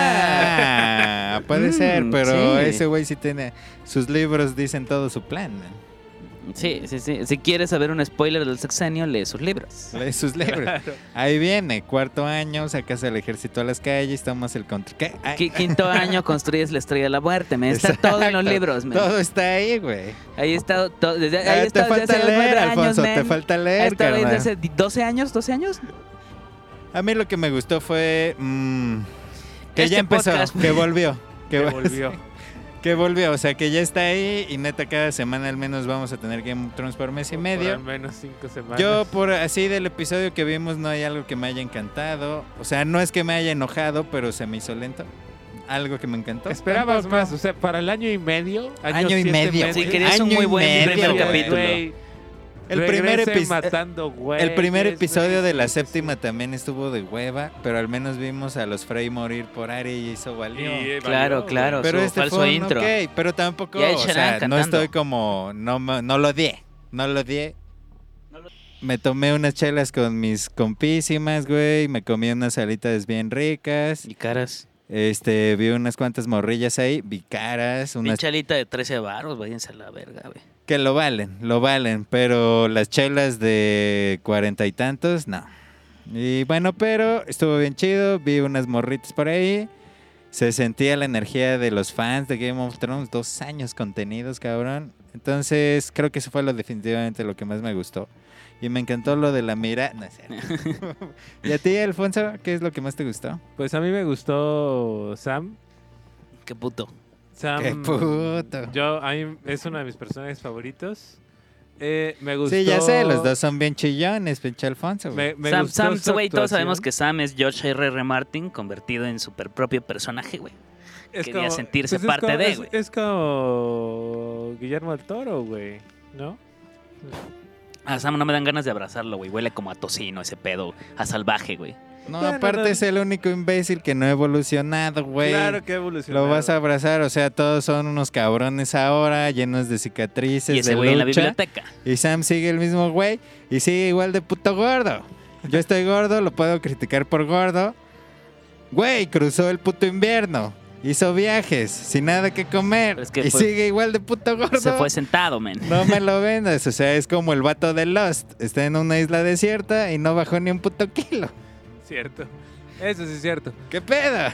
Ah, puede ser, Mm, pero sí. ese güey sí tiene, sus libros dicen todo su plan, man. Sí, sí, sí. Si quieres saber un spoiler del sexenio, lee sus libros. Lee sus libros. Claro. Ahí viene, cuarto año, sacas al ejército a las calles, tomas el control. ¿Qué? Ay, Qui- Quinto año, construyes la estrella de la muerte. Me está exacto. todo en los libros, man. Todo está ahí, güey. Ahí está todo. Desde, Eh, ahí te está desde falta hace nueve leer, años, Alfonso, man. te falta Ahí leer, está desde carnal. hace doce años, doce años. A mí lo que me gustó fue mm, que Este ya empezó, podcast- que volvió. Que, Que vol- volvió. que volvió, o sea, que ya está ahí y neta cada semana al menos vamos a tener Game of Thrones por mes y Por medio. al menos cinco semanas. Yo por así del episodio que vimos no hay algo que me haya encantado. O sea, no es que me haya enojado, pero se me hizo lento. Algo que me encantó. Esperabas Tampoco. más, o sea, para el año y medio. Año y siete medio. meses, Sí, querías un Año muy y buen medio, primer güey. capítulo. Güey, El primer, regresen epi- matando güeyes, el primer episodio de la güey, sí, sí. séptima también estuvo de hueva, pero al menos vimos a los Frey morir por Arya y eso valió. Y, eh, Claro, valió, claro. güey. Pero su este falso fue un intro. ok, pero tampoco, Y a Ed o Sheeran sea, no cantando. estoy como, no, me- no lo di, no lo di. Me tomé unas chelas con mis compísimas, güey, me comí unas alitas bien ricas, Y caras. este, vi unas cuantas morrillas ahí, vi caras, unas Pinche alita de trece baros, váyanse a la verga, güey. que lo valen, lo valen, pero las chelas de cuarenta y tantos, no. Y bueno, pero estuvo bien chido, vi unas morritas por ahí, se sentía la energía de los fans de Game of Thrones, dos años contenidos, cabrón. Entonces creo que eso fue lo definitivamente lo que más me gustó. Y me encantó lo de la mira. No es cierto. ¿Y a ti, Alfonso, qué es lo que más te gustó? Pues a mí me gustó Sam. Qué puto. Sam. ¡Qué puto! Yo, a mí es uno de mis personajes favoritos. Eh, me gustó. Sí, ya sé, los dos son bien chillones, pinche Alfonso. güey. Me, me Sam, gustó Sam, su güey, todos actuación. sabemos que Sam es George R R. Martin convertido en su propio personaje, güey. Es quería sentirse pues es parte como- de, es- güey. Es como Guillermo del Toro, güey, ¿no? A Sam no me dan ganas de abrazarlo, güey. Huele como a tocino ese pedo, a salvaje, güey. No, Bueno, aparte no. es el único imbécil que no ha evolucionado, güey. Claro que evolucionó. Lo vas a abrazar, o sea, todos son unos cabrones ahora, llenos de cicatrices, Y ese de güey en la lucha. biblioteca. Y Sam sigue el mismo güey y sigue igual de puto gordo. Yo estoy gordo, lo puedo criticar por gordo. Güey, cruzó el puto invierno. Hizo viajes sin nada que comer. Pero es que y fue- sigue igual de puto gordo. Se fue sentado, men. No me lo vendas. O sea, es como el vato de Lost. Está en una isla desierta y no bajó ni un puto kilo. Cierto. Eso sí es cierto. ¿Qué pedo?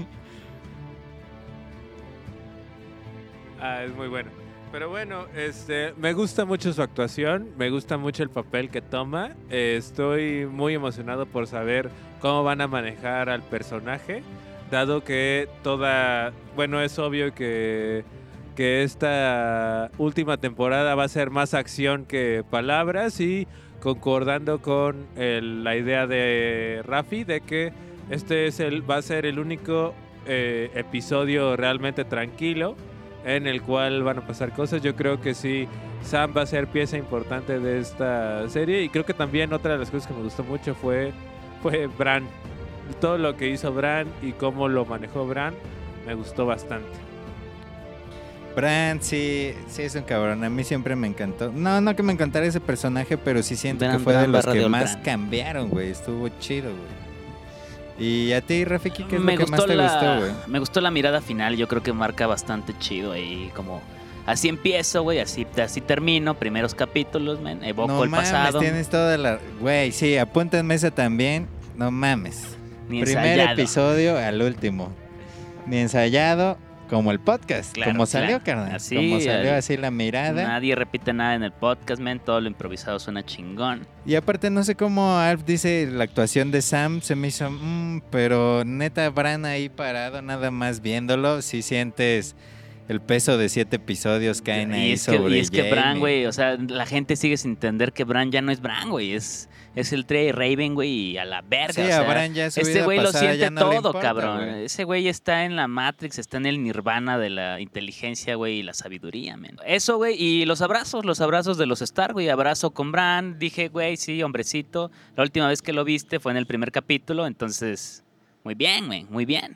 Ah, es muy bueno. Pero bueno, este, me gusta mucho su actuación, me gusta mucho el papel que toma. eh, estoy muy emocionado por saber cómo van a manejar al personaje, dado que toda, bueno, es obvio que, que esta última temporada va a ser más acción que palabras y concordando con el- la idea de Rafi de que este es el, va a ser el único eh, episodio realmente tranquilo en el cual van a pasar cosas. Yo creo que sí, Sam va a ser pieza importante de esta serie y creo que también otra de las cosas que me gustó mucho fue, fue Bran. Todo lo que hizo Bran y cómo lo manejó Bran me gustó bastante. Bran, sí, sí es un cabrón. A mí siempre me encantó. No, no que me encantara ese personaje, pero sí siento Bran, que fue de Bran los barra que de más Olbran. cambiaron, güey. Estuvo chido, güey. ¿Y a ti, Rafiki, qué es me lo que más gustó te la, gustó, güey? Me gustó la mirada final, yo creo que marca bastante chido ahí, como así empiezo, güey, así, así termino, primeros capítulos, men, evoco No el mames, pasado, tienes toda la... Güey, sí, apúntenme esa también. No mames. ni Primer ensayado. episodio al último. Ni ensayado, como el podcast, Claro, como salió, claro. carnal. Así, como salió el- así la mirada. Nadie repite nada en el podcast, men. Todo lo improvisado suena chingón. Y aparte no sé cómo Alf dice la actuación de Sam se me hizo, mm, pero neta Bran ahí parado nada más viéndolo, si sientes el peso de siete episodios caen ahí Y es que, sobre y es que Jaime. Bran, güey, o sea, la gente sigue sin entender que Bran ya no es Bran, güey. Es, es el Trey Raven, güey, y a la verga. Sí, o a sea, Bran ya su este vida güey lo pasada siente ya no le todo, importa, cabrón. güey. Ese güey está en la Matrix, está en el nirvana de la inteligencia, güey, y la sabiduría, men. Eso, güey, y los abrazos, los abrazos de los Stark, güey. Abrazo con Bran. Dije, güey, sí, hombrecito. La última vez que lo viste fue en el primer capítulo, entonces, muy bien, güey, muy bien.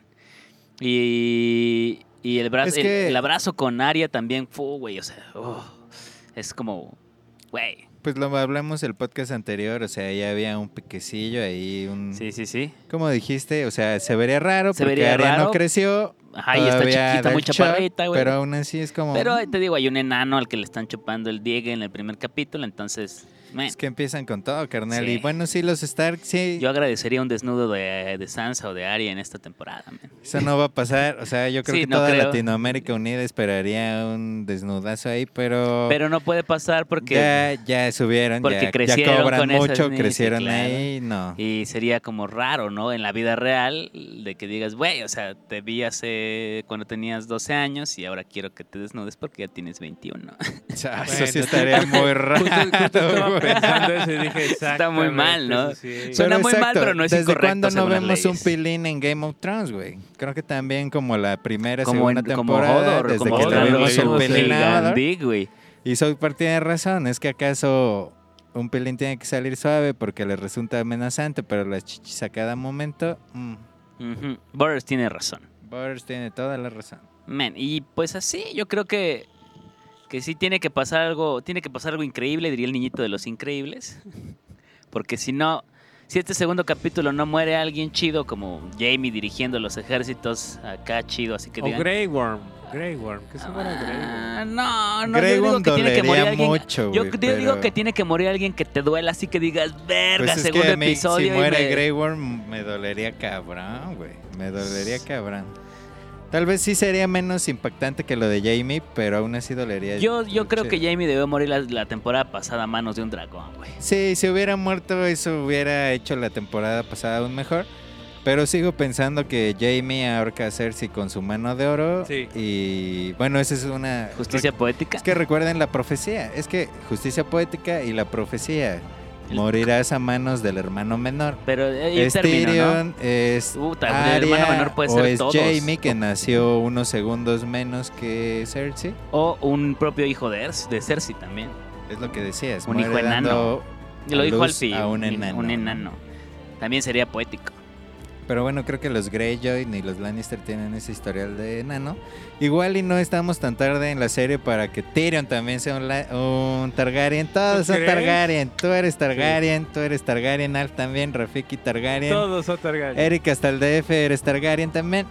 Y, y el, brazo, Es que- el, el abrazo con Arya también fue, güey, o sea, oh, es como, güey. Pues lo hablamos el podcast anterior, o sea, ya había un piquecillo ahí, un... Sí, sí, sí. ¿Cómo dijiste? O sea, se vería raro Se porque vería Arya raro. no creció. Ajá, y está todavía chiquita, da muy el shock, chaparrita, güey. Pero aún así es como... Pero eh, te digo, hay un enano al que le están chupando el Diego en el primer capítulo, entonces, man, Es que empiezan con todo, carnal. Sí. Y bueno, sí, los Stark, sí. yo agradecería un desnudo de, de Sansa o de Arya en esta temporada, man. Eso no va a pasar. O sea, yo creo Sí, que no toda creo. Latinoamérica Unida esperaría un desnudazo ahí, pero... Pero no puede pasar porque... ya, ya subieron, porque ya, ya crecieron cobran con esas mucho, niñas, crecieron sí, claro. ahí, no. Y sería como raro, ¿no? En la vida real, de que digas, güey, o sea, te vi hace cuando tenías doce años y ahora quiero que te desnudes porque ya tienes veintiuno. O sea, eso Bueno, sí estaría muy raro. Justo, justo estaba güey. pensando eso y dije, Está muy mal, ¿no? exactamente, sí. Suena muy mal, pero no es ¿Desde incorrecto cuándo no según las vemos un leyes. pilín en Game of Thrones, güey? Creo que también como la primera, Como, segunda en, como temporada, Hodor, desde como que Hodor, le lo vimos un vimos en pilín a Hodor. Gandig, güey. Y South Park tiene razón, es que acaso un pilín tiene que salir suave porque le resulta amenazante, pero las chichis a cada momento, mm, Ujú. Borders tiene razón. Borders tiene toda la razón. Man, y pues así, yo creo que, que sí tiene que pasar algo, tiene que pasar algo increíble, diría el niñito de los increíbles. Porque si no, si este segundo capítulo no muere alguien chido como Jaime dirigiendo los ejércitos acá chido, así que O digan, Grey Worm. Grey Worm. ¿Qué se muera Grey Worm? Ah, no, no, Grey yo digo Worm que tiene que morir dolería alguien. mucho, yo güey, te pero- digo que tiene que morir alguien que te duela, así que digas, verga, Pues es segundo que a mí, episodio. si y muere me- Grey Worm, me dolería cabrón, güey. Me dolería cabrón. Tal vez sí sería menos impactante que lo de Jamie, pero aún así dolería. Yo, yo creo que chido. Jaime debió morir la, la temporada pasada a manos de un dragón, güey. Sí, si hubiera muerto, eso hubiera hecho la temporada pasada aún mejor. Pero sigo pensando que Jamie ahorca a Cersei con su mano de oro. Sí. Y bueno, esa es una... Justicia poética. Es que recuerden la profecía. Es que justicia poética y la profecía. El- Morirás a manos del hermano menor. Pero eh, Es el término, ¿no? Tyrion, es Puta, el hermano Arya, menor puede o ser es todos. Jaime, que nació unos segundos menos que Cersei. O un propio hijo de, Ers- de Cersei también. Es lo que decías. Un muere hijo enano. dando Y lo a dijo luz Alfie. a un enano. Un enano. También sería poético. Pero bueno, creo que los Greyjoy ni los Lannister tienen ese historial de enano. Igual y no estamos tan tarde en la serie para que Tyrion también sea un, la- un Targaryen. Todos ¿Tú son crees? Targaryen. Tú eres Targaryen, tú eres Targaryen, Alf también, Rafiki Targaryen. Todos son Targaryen. Eric hasta el D F eres Targaryen también.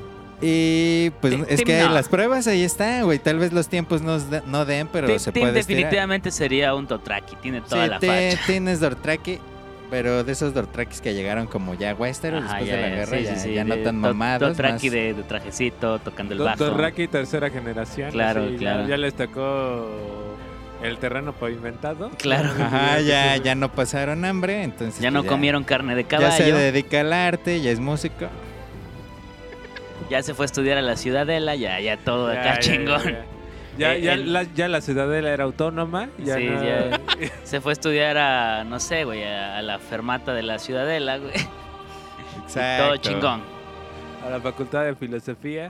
Y pues Team- es Team que no. las pruebas ahí están, güey. Tal vez los tiempos no, s- no den, pero Tim, se Tim puede estirar. definitivamente sería un Dothraki. Tiene toda Sí, la ti- facha. tienes Dortraki, pero de esos Dortrakis que llegaron como ya Westeros Ajá, después ya, de la ya, guerra, sí, ya, sí, sí, ya no de- tan Do- mamados. Dothraki más- de, de trajecito, tocando el Do- bajo. Dothraki tercera generación. Claro, así, ya- claro. Ya, les tocó el terreno pavimentado. Claro. Ajá, ya, ya no pasaron hambre, entonces... Ya no pues, comieron carne de Ya caballo. se dedica al arte, ya es músico. Ya se fue a estudiar a la Ciudadela, ya, ya todo Ya, acá ya, chingón. Ya, ya. Ya, Eh, ya el- la, ya la ciudadela era autónoma. Ya Sí, no- ya. Se fue a estudiar a, no sé, güey, a, a la fermata de la Ciudadela, güey. Exacto. Todo chingón. A la facultad de filosofía.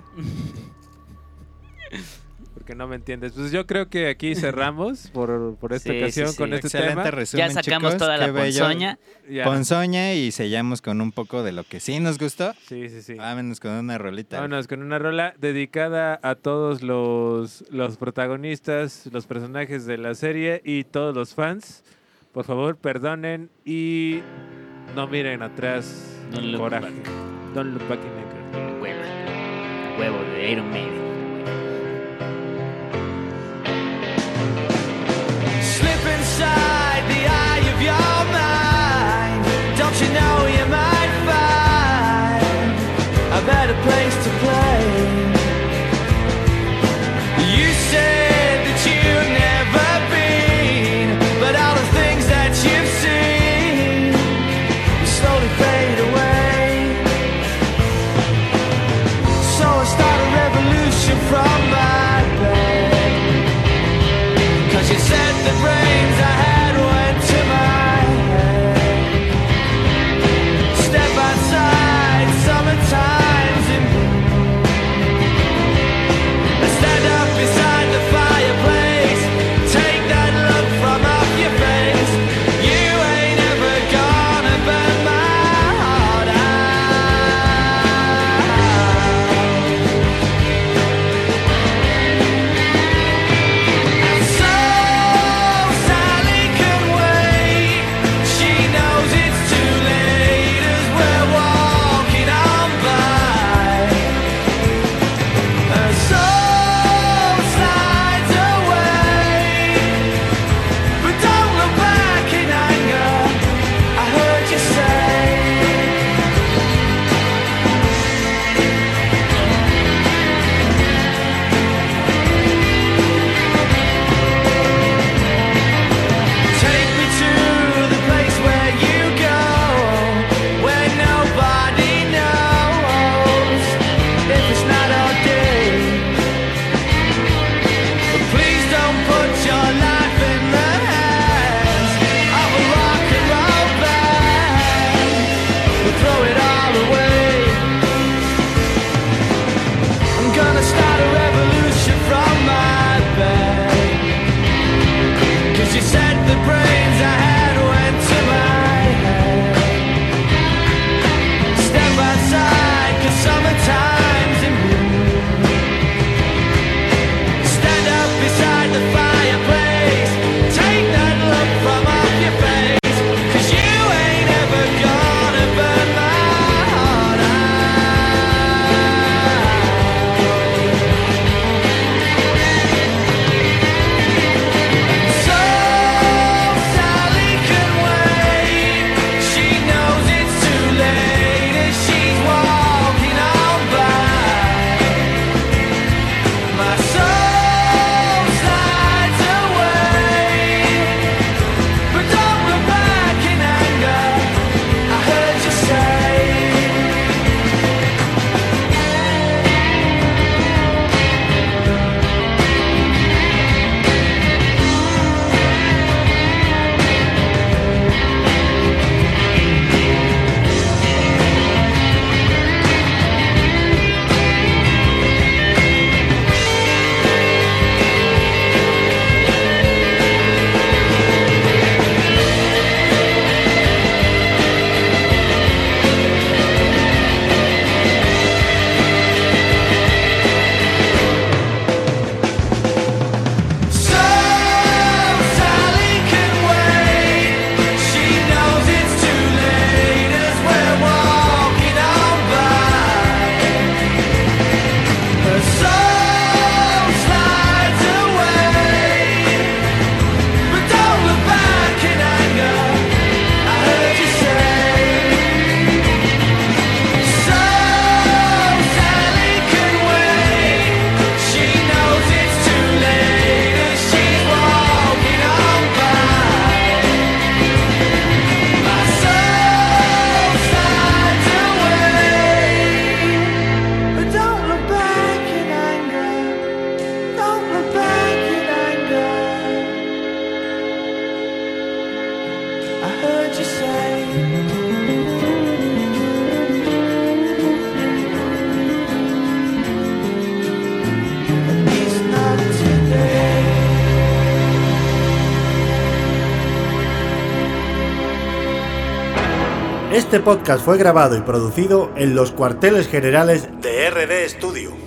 Porque no me entiendes. Pues yo creo que aquí cerramos por, por esta Sí, ocasión sí, con sí. este Excelente tema. resumen, Ya sacamos chicos, toda la qué bello. ponzoña. Ya. Ponzoña y sellamos con un poco de lo que sí nos gustó. Sí, sí, sí. Vámonos con una rolita. Vámonos con una rola dedicada a todos los, los protagonistas, los personajes de la serie y todos los fans. Por favor, perdonen y no miren atrás. Don't look Coraje. back. Don't look back in anger. Huevo. Huevo de Iron Maiden. Slip inside the eye of your mind. Don't you know you might find a better place to play? Este podcast fue grabado y producido en los cuarteles generales de R D Studio.